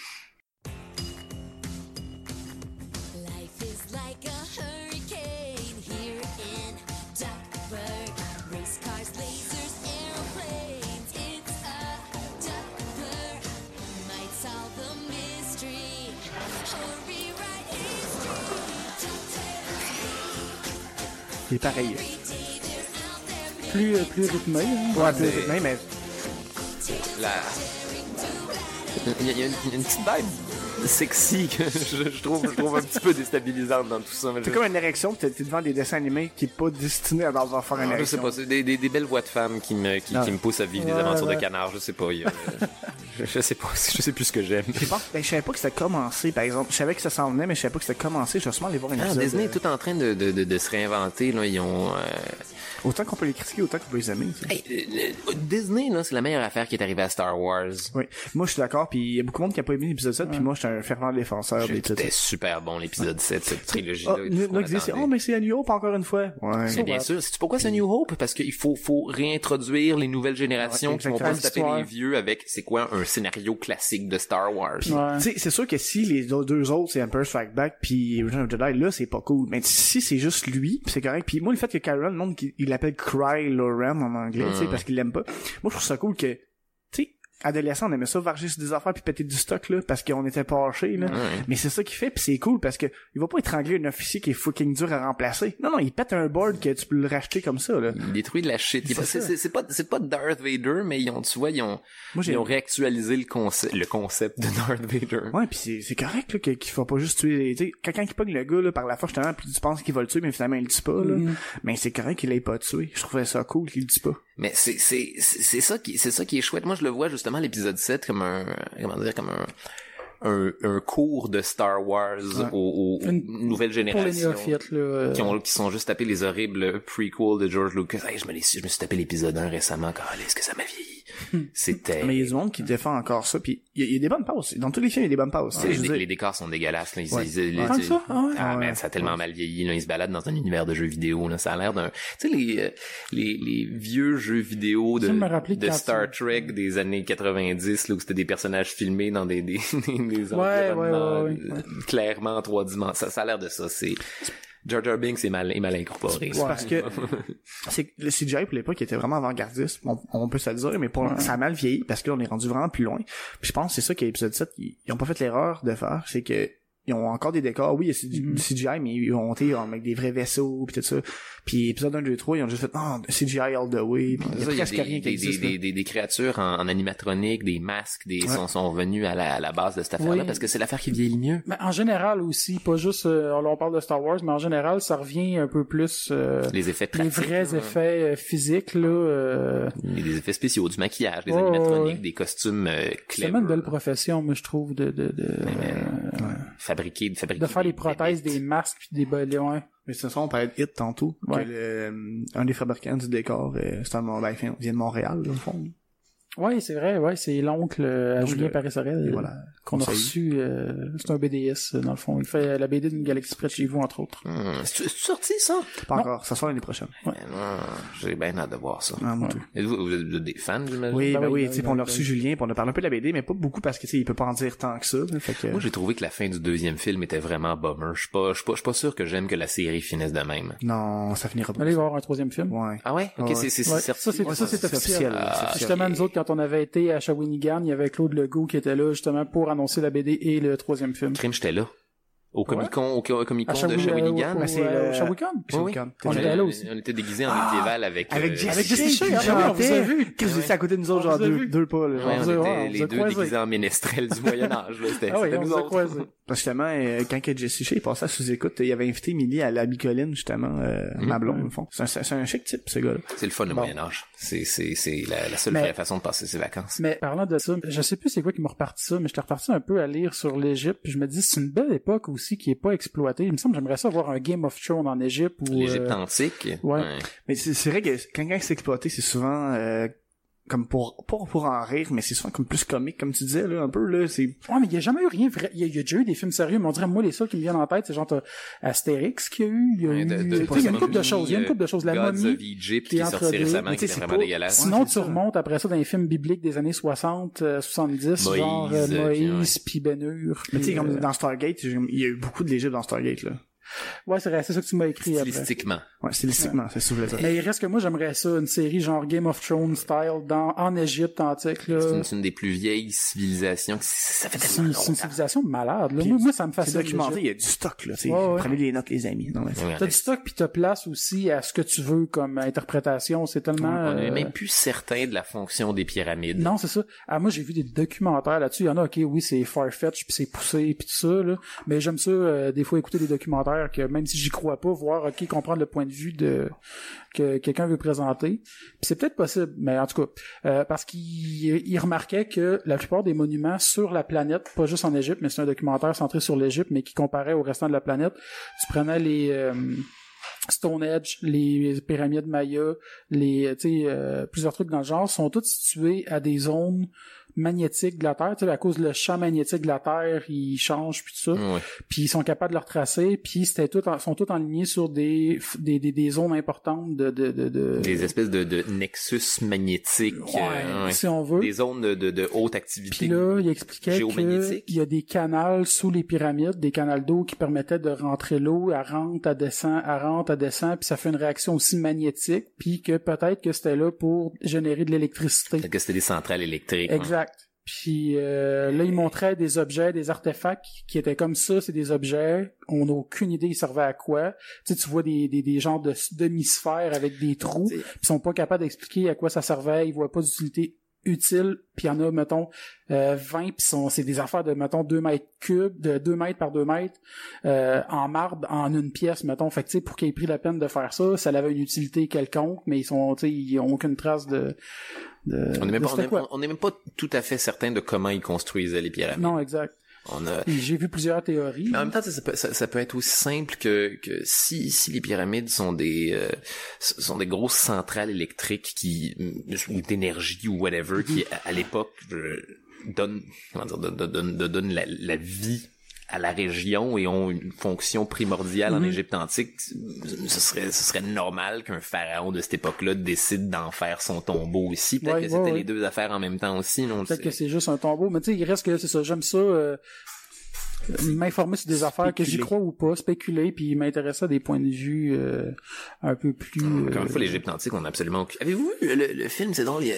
C'est pareil. Plus, euh, plus rythmé. Hein? Ouais, plus rythmé, mais... La... Il y a, il y a une, une petite vibe sexy que je, je trouve je trouve un petit peu déstabilisante dans tout ça. C'est je... comme une érection, pis t'es devant des dessins animés qui est pas destiné à avoir faire une érection. Je sais pas, c'est des, des, des belles voix de femmes qui me, qui, qui me poussent à vivre ouais, des aventures ouais. de canard, je sais pas. Il y a, je, je sais pas, je sais plus ce que j'aime. Je pense, ben, je savais pas que c'était commencé, par exemple. Je savais que ça s'en venait, mais je savais pas que c'était commencé. Je vais sûrement aller voir une ah, Disney est tout en train de, de, de, de se réinventer, là. Ils ont, euh... autant qu'on peut les critiquer, autant qu'on peut les aimer. Hey, le, le, Disney, là, c'est la meilleure affaire qui est arrivée à Star Wars. Oui. Moi, je suis d'accord, puis il y a beaucoup de monde qui a pas aimé l'épisode sept, ouais. puis moi, je suis un fervent défenseur. C'était super bon, l'épisode sept, cette trilogie-là. Oh, là, c'est, oh, mais c'est A New Hope encore une fois. Ouais. Mais bien sûr. Sais-tu pourquoi c'est A New Hope? Parce qu'il faut, faut réintroduire les nouvelles générations ouais, qui vont pas se taper les vieux avec, c'est quoi, un scénario classique de Star Wars. Puis, ouais. Tu sais, c'est sûr que si les deux autres, c'est Emperor Strike Back puis Return of the Jedi, là, c'est pas cool. Mais si c'est juste lui, pis c'est correct. Puis moi, le fait que Kylo Ren, le monde, il l'appelle Cry Loren en anglais, mm. tu sais, parce qu'il l'aime pas. Moi, je trouve ça cool que, tu sais, adolescent, on aimait ça varger sur des affaires puis péter du stock, là, parce qu'on était pâchés, là. Mm. Mais c'est ça qu'il fait, puis c'est cool parce que il va pas étrangler un officier qui est fucking dur à remplacer. Non, non, il pète un board que tu peux le racheter comme ça, là. Il détruit de la shit. C'est, c'est, c'est, c'est pas, c'est pas Darth Vader, mais ils ont, tu vois, ils ont, Moi, ils ont réactualisé le concept, le concept de Darth Vader. Ouais, pis c'est, c'est correct, là, qu'il faut pas juste tuer, tu sais, quelqu'un qui pogne le gars, là, par la force, justement, puis tu penses qu'il va le tuer, mais finalement, il le tue pas, là. Mm. Mais c'est correct qu'il l'ait pas tué. Je trouvais ça cool qu'il le tue pas. Mais c'est, c'est, c'est, c'est ça qui, c'est ça qui est chouette. Moi, je le vois, justement, l'épisode sept comme un, comment dire, comme un, un, un cours de Star Wars ouais. aux, aux Une, nouvelles générations. Pour les néophytes, là. Qui ont, qui sont juste tapés les horribles prequels de George Lucas. Hey, je me les, je me suis tapé l'épisode un récemment. Quand, est-ce que ça m'a vieilli? c'était... Mais il y a du monde qui défend encore ça, puis il y, a, il y a des bonnes pauses. Dans tous les films, il y a des bonnes pauses. Ouais, les, les, les décors sont dégueulasses, là. Ils, ouais. ils, ils, Tant que ça? Ah, ouais. ah ouais. man, ça a tellement ouais. mal vieilli, là. Ils se baladent dans un univers de jeux vidéo, là. Ça a l'air d'un, tu sais, les, euh, les, les vieux jeux vidéo de, de Star Trek des années quatre-vingt-dix, là, où c'était des personnages filmés dans des, des, des, des ouais, environnements ouais, ouais, ouais. clairement en trois dimensions. Ça, ça a l'air de ça. C'est, Jar Jar Binks est mal, est mal incorporé. C'est parce que c'est que le C G I pour l'époque était vraiment avant-gardiste. On, on peut se le dire, mais pour ouais. ça a mal vieilli parce que là on est rendu vraiment plus loin. Puis je pense que c'est ça qu'à l'épisode sept, ils, ils ont pas fait l'erreur de faire, c'est que ils ont encore des décors, oui, il y a du mm-hmm. C G I, mais ils ont monté avec des vrais vaisseaux pis tout ça. Puis épisode un, deux, trois, ils ont juste fait oh, C G I all the way. Pis il y a presque des, rien qui des, existe, des, des, des créatures en, en animatronique, des masques, des ouais. sont, sont venus à la, à la base de cette affaire-là oui. parce que c'est l'affaire qui vieillit mieux. Mais en général aussi, pas juste euh, on parle de Star Wars, mais en général, ça revient un peu plus euh, les effets pratiques, les vrais là. effets euh, physiques là. Euh... Des effets spéciaux, du maquillage, des oh, animatroniques, ouais. des costumes euh, clever. C'est vraiment une belle profession, moi je trouve de de, de mais, mais, euh, ouais. fabriquer, fabriquer de faire des prothèses, des, des masques puis des ballons. Mais c'est ça, on parlait de Hit tantôt, ouais. que le, un des fabricants du décor, euh, c'est un, ben, vient de Montréal, dans le fond. Ouais, c'est vrai, ouais, c'est l'oncle à Julien le... Paris-Sorel voilà, qu'on a reçu, euh, c'est un B D S dans le fond, il fait la B D d'une galaxie près de chez vous entre autres. Mmh. C'est sorti ça? Pas non. encore, ça sort l'année prochaine. Ouais. Non, j'ai bien hâte de voir ça. Ah, moi ouais. Et vous, vous êtes des fans, j'imagine? Oui, ben, ben oui, oui, tu sais, ben, on a ben, reçu ben. Julien, puis on a parlé un peu de la B D, mais pas beaucoup parce que tu sais, il peut pas en dire tant que ça. Là, fait que... Moi, j'ai trouvé que la fin du deuxième film était vraiment bummer. Je suis pas, je suis pas, je suis pas sûr que j'aime que la série finisse de même. Non, ça finira pas. Allez voir un troisième film. Ouais. Ah ouais? Ok, ouais. c'est, c'est, ouais. c'est ça, c'est, ouais, ça, c'est, c'est officiel. Ah, justement, okay. nous autres, quand on avait été à Shawinigan, il y avait Claude Legault qui était là, justement, pour annoncer la B D et le troisième film. Crime, j'étais là. Au Comic-Con, ouais. au Comic-Con Shawi- de Shawinigan. Euh, c'est euh, le... Shawinigan? Oui, oui. On était là aussi. On était déguisés en médiéval avec, avec euh, Jesse avec Jesse Shea, Shea, ah, on vous a vu. Qu'est-ce que c'est à côté de nous autres, genre deux, deux pas, là. Ouais, on on vous a- était ouais, on les vous a deux croisés. déguisés en ménestrels du Moyen-Âge, là. C'était, Ah oui, c'était on nous vous a autres. croisés. Parce que justement, euh, quand que Jesse Shea est passé à sous-écoute, il avait invité Millie à la Bicoline, justement, euh, Mm. ma blonde, au fond. C'est un, c'est un chic type, ce gars-là. C'est le fun, le Bon. Moyen-Âge. C'est, c'est, c'est la, la seule Mais- vraie façon de passer ses vacances. Mais parlant de ça, je sais plus c'est quoi qui m'a reparti ça, mais j'étais reparti un peu à lire sur l'Égypte, puis je me dis c'est une belle époque aussi qui est pas exploitée. Il me semble que j'aimerais ça voir un Game of Thrones en Égypte ou L'Égypte euh, antique. ouais. Mais c'est, c'est vrai que quand, quand c'est exploité, c'est souvent, euh, comme pour, pas pour en rire, mais c'est souvent comme plus comique, comme tu disais, là, un peu, là, c'est... Ouais, mais il y a jamais eu rien vrai. Il y a, il y a déjà eu des films sérieux, mais on dirait, moi, les seuls qui me viennent en tête, c'est genre, t'as Astérix qu'il y a eu, il y a Ouais, eu, de- de- tu sais, il y a une couple de momie, choses, il y a une couple de choses. La Gods momie, of Egypt qui qui est entre sorti deux. récemment, Mais qui tu sais, est c'est vraiment pas- dégueulasse. Ouais, sinon, c'est tu ça. remontes après ça dans les films bibliques des années soixante, euh, soixante-dix, Moïse, genre euh, euh, Moïse, puis puis Ben-Hur. Mais tu sais, puis, comme euh, dans Stargate, j'ai- il y a eu beaucoup de l'Égypte dans Stargate, là. ouais, c'est vrai, c'est ça que tu m'as écrit après. Stylistiquement. Ouais, stylistiquement, c'est ça que je voulais dire. Mais il reste que moi, j'aimerais ça, une série genre Game of Thrones style dans, en Égypte antique, là. C'est une, c'est une des plus vieilles civilisations. Ça fait C'est tellement une, c'est une longtemps. civilisation malade, là. Puis Moi, moi, ça me C'est fascine. documenté, l'Égypte. il y a du stock, là, tu sais. Ouais, ouais. Prenez les notes, les amis. Non, mais c'est- Ouais, T'as du stock pis t'as place aussi à ce que tu veux comme interprétation. C'est tellement... On est euh, même plus certain de la fonction des pyramides. Non, c'est ça. Ah, moi, j'ai vu des documentaires là-dessus. Il y en a, ok, oui, c'est farfetch puis c'est poussé puis tout ça, là. Mais j'aime ça, euh, des fois, écouter des documentaires que même si j'y crois pas, voir, ok, comprendre le point de vue de que quelqu'un veut présenter. Puis c'est peut-être possible, mais en tout cas, euh, parce qu'il il remarquait que la plupart des monuments sur la planète, pas juste en Égypte, mais c'est un documentaire centré sur l'Égypte, mais qui comparait au restant de la planète. Tu prenais les euh, Stonehenge, les pyramides Maya, les, tu sais, euh, plusieurs trucs dans le genre, sont tous situés à des zones magnétiques de la Terre, tu sais, à cause le champ magnétique de la Terre, il change puis tout ça, Ouais. puis ils sont capables de le retracer, puis c'était tout, en, sont tous enlignés sur des des, des des zones importantes de de de, de... Des espèces de, de nexus magnétiques. ouais, euh, ouais. si on veut. Des zones de, de, de haute activité. Puis là, il expliquait géomagnétique. qu'il y a des canals sous les pyramides, des canals d'eau qui permettaient de rentrer l'eau, elle rentre, elle descend, elle rentre, elle descend, puis ça fait une réaction aussi magnétique, puis que peut-être que c'était là pour générer de l'électricité. Peut-être que c'était des centrales électriques. Exact. Puis euh, là, il montrait des objets, des artefacts qui étaient comme ça, c'est des objets, on n'a aucune idée ils servaient à quoi. Tu sais, tu vois des, des, des genres de demi-sphères avec des trous, T'sais. puis ils sont pas capables d'expliquer à quoi ça servait, ils voient pas d'utilité utile, puis il y en a, mettons, euh, vingt, puis sont, c'est des affaires de, mettons, deux mètres cubes, de deux mètres par deux mètres, euh, en marbre, en une pièce, mettons. Fait que, tu sais, pour qu'ils aient pris la peine de faire ça, ça avait une utilité quelconque, mais ils sont, tu sais, ils ont aucune trace de... de On n'est même, de pas- on c'était est- quoi. on est même pas tout à fait certain de comment ils construisaient les pyramides. Non, exact. On a... J'ai vu plusieurs théories. Mais en même temps, ça peut, ça, ça peut être aussi simple que, que si, si les pyramides sont des, euh, sont des grosses centrales électriques qui, ou d'énergie ou whatever, qui, à, à l'époque, donnent, comment dire, donnent, donnent, donnent la, la vie à la région et ont une fonction primordiale mm-hmm. en Égypte antique, ce serait, ce serait normal qu'un pharaon de cette époque-là décide d'en faire son tombeau aussi. Peut-être ouais, que c'était ouais, les deux affaires en même temps aussi. Non, peut-être que c'est juste un tombeau, mais tu sais, il reste que c'est ça, j'aime ça, euh, m'informer sur des spéculer. Affaires que j'y crois ou pas, spéculer, puis m'intéresser à des points de vue euh, un peu plus... Euh... Encore une fois, l'Égypte antique, on a absolument... Avez-vous vu le, le film, c'est drôle, il y a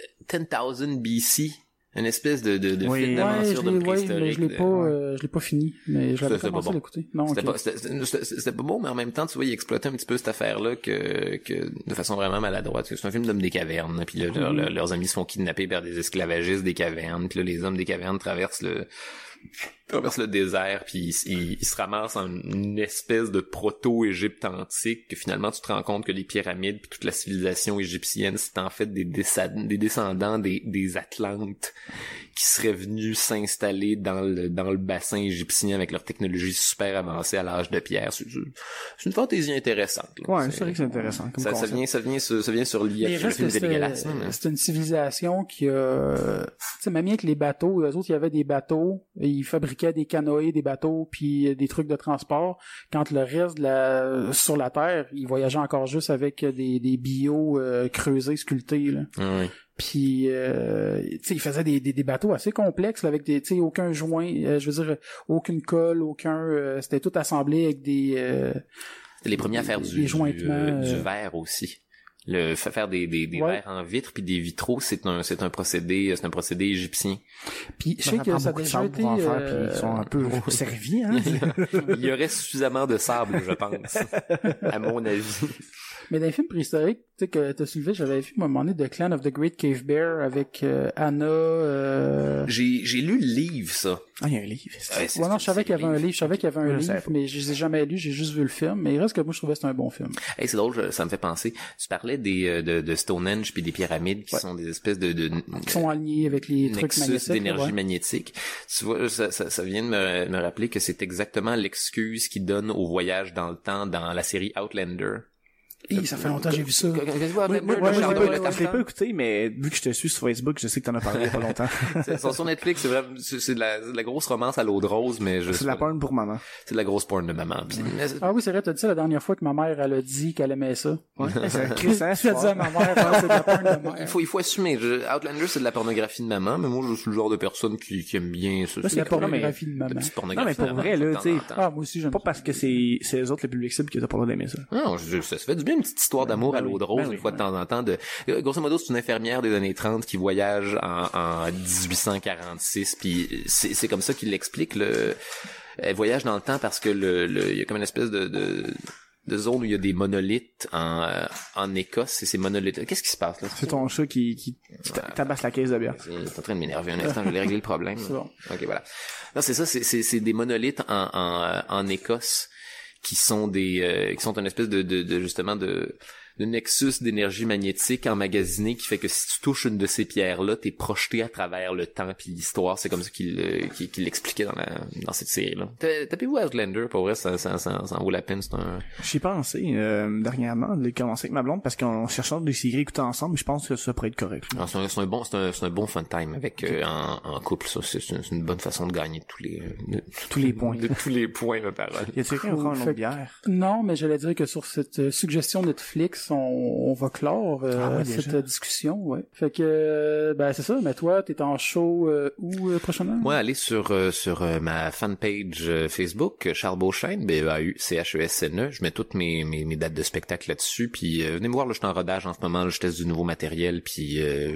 dix mille B C une espèce de, de, de oui. film d'aventure ouais, de préhistorique. Ouais, je l'ai pas, euh, je l'ai pas fini, mais je l'avais commencé à l'écouter. Non, c'était okay. pas, c'était, c'était, c'était pas beau, mais en même temps, tu vois, il exploitait un petit peu cette affaire-là que, que, de façon vraiment maladroite. C'est un film d'hommes des cavernes, puis là, mm-hmm. leur, leurs amis se font kidnapper par des esclavagistes des cavernes, puis là, les hommes des cavernes traversent le, traverse le désert, puis il, il, il se ramasse en une espèce de proto-Égypte antique, que finalement tu te rends compte que les pyramides puis toute la civilisation égyptienne, c'est en fait des, descend- des descendants des, des Atlantes qui seraient venus s'installer dans le dans le bassin égyptien avec leur technologie super avancée à l'âge de pierre. C'est, c'est une fantaisie intéressante. Là. Ouais, c'est, c'est vrai que c'est intéressant. Comme ça, ça vient, ça vient, ça, ça vient sur l'I F. Le film des dégueulasses. C'est une civilisation qui a, tu sais, même bien que les bateaux, eux autres, il y avait des bateaux, ils fabriquaient des canoës, des bateaux, puis des trucs de transport. Quand le reste de la sur la Terre, ils voyageaient encore juste avec des des bio euh, creusés, sculptés. Là. Oui. Puis, euh, tu sais, ils faisaient des, des, des bateaux assez complexes là, avec des, tu sais, aucun joint, euh, je veux dire, aucune colle, aucun, euh, c'était tout assemblé avec des. Euh, c'était les premiers à faire du, du, euh, du verre aussi. Le faire des des, des ouais. verres en vitre puis des vitraux, c'est un c'est un procédé c'est un procédé égyptien. Puis je sais que ça a déjà été en faire, euh... puis ils sont un peu servis hein. Il y aurait suffisamment de sable, je pense, à mon avis. Mais dans les films préhistoriques, tu sais que t'as soulevé, j'avais vu à un moment donné The Clan of the Great Cave Bear avec euh, Anna. Euh... J'ai j'ai lu le livre ça. Ah, il y a un livre. Ouais, ouais non, je savais qu'il y avait un livre, je savais qu'il y avait un livre, mais je les ai jamais lu, j'ai juste vu le film. Mais il reste que moi je trouvais que c'était un bon film. Hey, c'est drôle, ça me fait penser. Tu parlais des de, de Stonehenge puis des pyramides qui ouais. sont des espèces de, de qui sont alignés avec les trucs magnétiques d'énergie ouais. magnétique. Tu vois, ça, ça, ça vient de me, me rappeler que c'est exactement l'excuse qu'ils donnent au voyage dans le temps dans la série Outlander. Hey, ça fait longtemps que j'ai vu ça. Oui, moi, moi, moi, je l'ai pas écouté, mais vu que je te suis sur Facebook, je sais que t'en as parlé il y a pas longtemps. C'est sur Netflix, c'est vrai, c'est, c'est, de la, c'est de la grosse romance à l'eau de rose, mais je c'est de la porn pour maman. C'est de la grosse porn de maman. Puis, mais... Ah oui, c'est vrai, t'as dit ça la dernière fois que ma mère, elle a dit qu'elle aimait ça. Ouais. C'est Chris, hein, tu as dit à ma mère, ah, c'est de la porn de mère. Il faut, il faut assumer. Je, Outlander, c'est de la pornographie de maman, mais moi, je suis le genre de personne qui, qui aime bien ça. Là, c'est, c'est la pornographie de maman. Non, mais pour vrai, là, tu sais. Ah, moi aussi, j'aime pas parce que c'est, c'est eux autres le public cible qui t'as pas le droit d'aimer ça. Non, ça se fait du bien, une petite histoire d'amour à l'eau de rose, une fois de temps en temps. De grosso modo, c'est une infirmière des années trente qui voyage en, en dix-huit cent quarante-six, puis c'est, c'est comme ça qu'il l'explique. Le, elle voyage dans le temps parce que le, le, il y a comme une espèce de, de de zone où il y a des monolithes en en Écosse et ces monolithes. Qu'est-ce qui se passe là? C'est ton chat qui qui tabasse la caisse de bière. C'est en train de m'énerver un instant, je vais régler le problème. C'est bon. OK, voilà. Non, c'est ça, c'est c'est c'est des monolithes en en en Écosse qui sont des euh, qui sont une espèce de de, de justement de de nexus d'énergie magnétique emmagasiné qui fait que si tu touches une de ces pierres-là, t'es projeté à travers le temps puis l'histoire. C'est comme ça qu'il euh, qu'il, qu'il l'expliquait dans la dans cette série-là. Tapez-vous Outlander, pour vrai, ça ça ça, ça en vaut la peine. C'est un. J'y ai pensé euh, dernièrement de commencer avec ma blonde parce qu'on cherchait des séries écoutées ensemble, mais je pense que ça pourrait être correct. Non, c'est un c'est un bon c'est un c'est un bon fun time avec euh, en, en couple. Ça c'est, c'est une bonne façon de gagner tous les de, tous les points de tous les points ma parole. Y a quelqu'un qui prend une autre bière? Non, mais j'allais dire que sur cette euh, suggestion Netflix, on, on va clore euh, ah ouais, cette euh, discussion, ouais. Fait que euh, ben c'est ça, mais toi t'es en show euh, où euh, prochainement? Moi, allez sur euh, sur euh, ma fanpage euh, Facebook Charles Beauchesne, B E A U C H E S N E, je mets toutes mes mes, mes dates de spectacle là-dessus, puis euh, venez me voir, là je suis en rodage en ce moment, là, je teste du nouveau matériel, puis euh,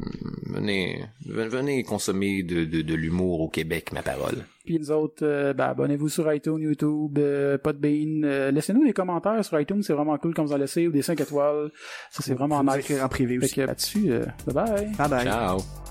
venez venez consommer de, de de l'humour au Québec, ma parole. Puis nous autres, euh, ben, abonnez-vous sur iTunes, YouTube, euh, Podbean. Euh, laissez-nous des commentaires sur iTunes, c'est vraiment cool quand vous en laissez, ou des cinq étoiles. Ça, c'est vraiment nice. En privé aussi. Fait que là-dessus, euh, bye bye. Bye bye. Ciao.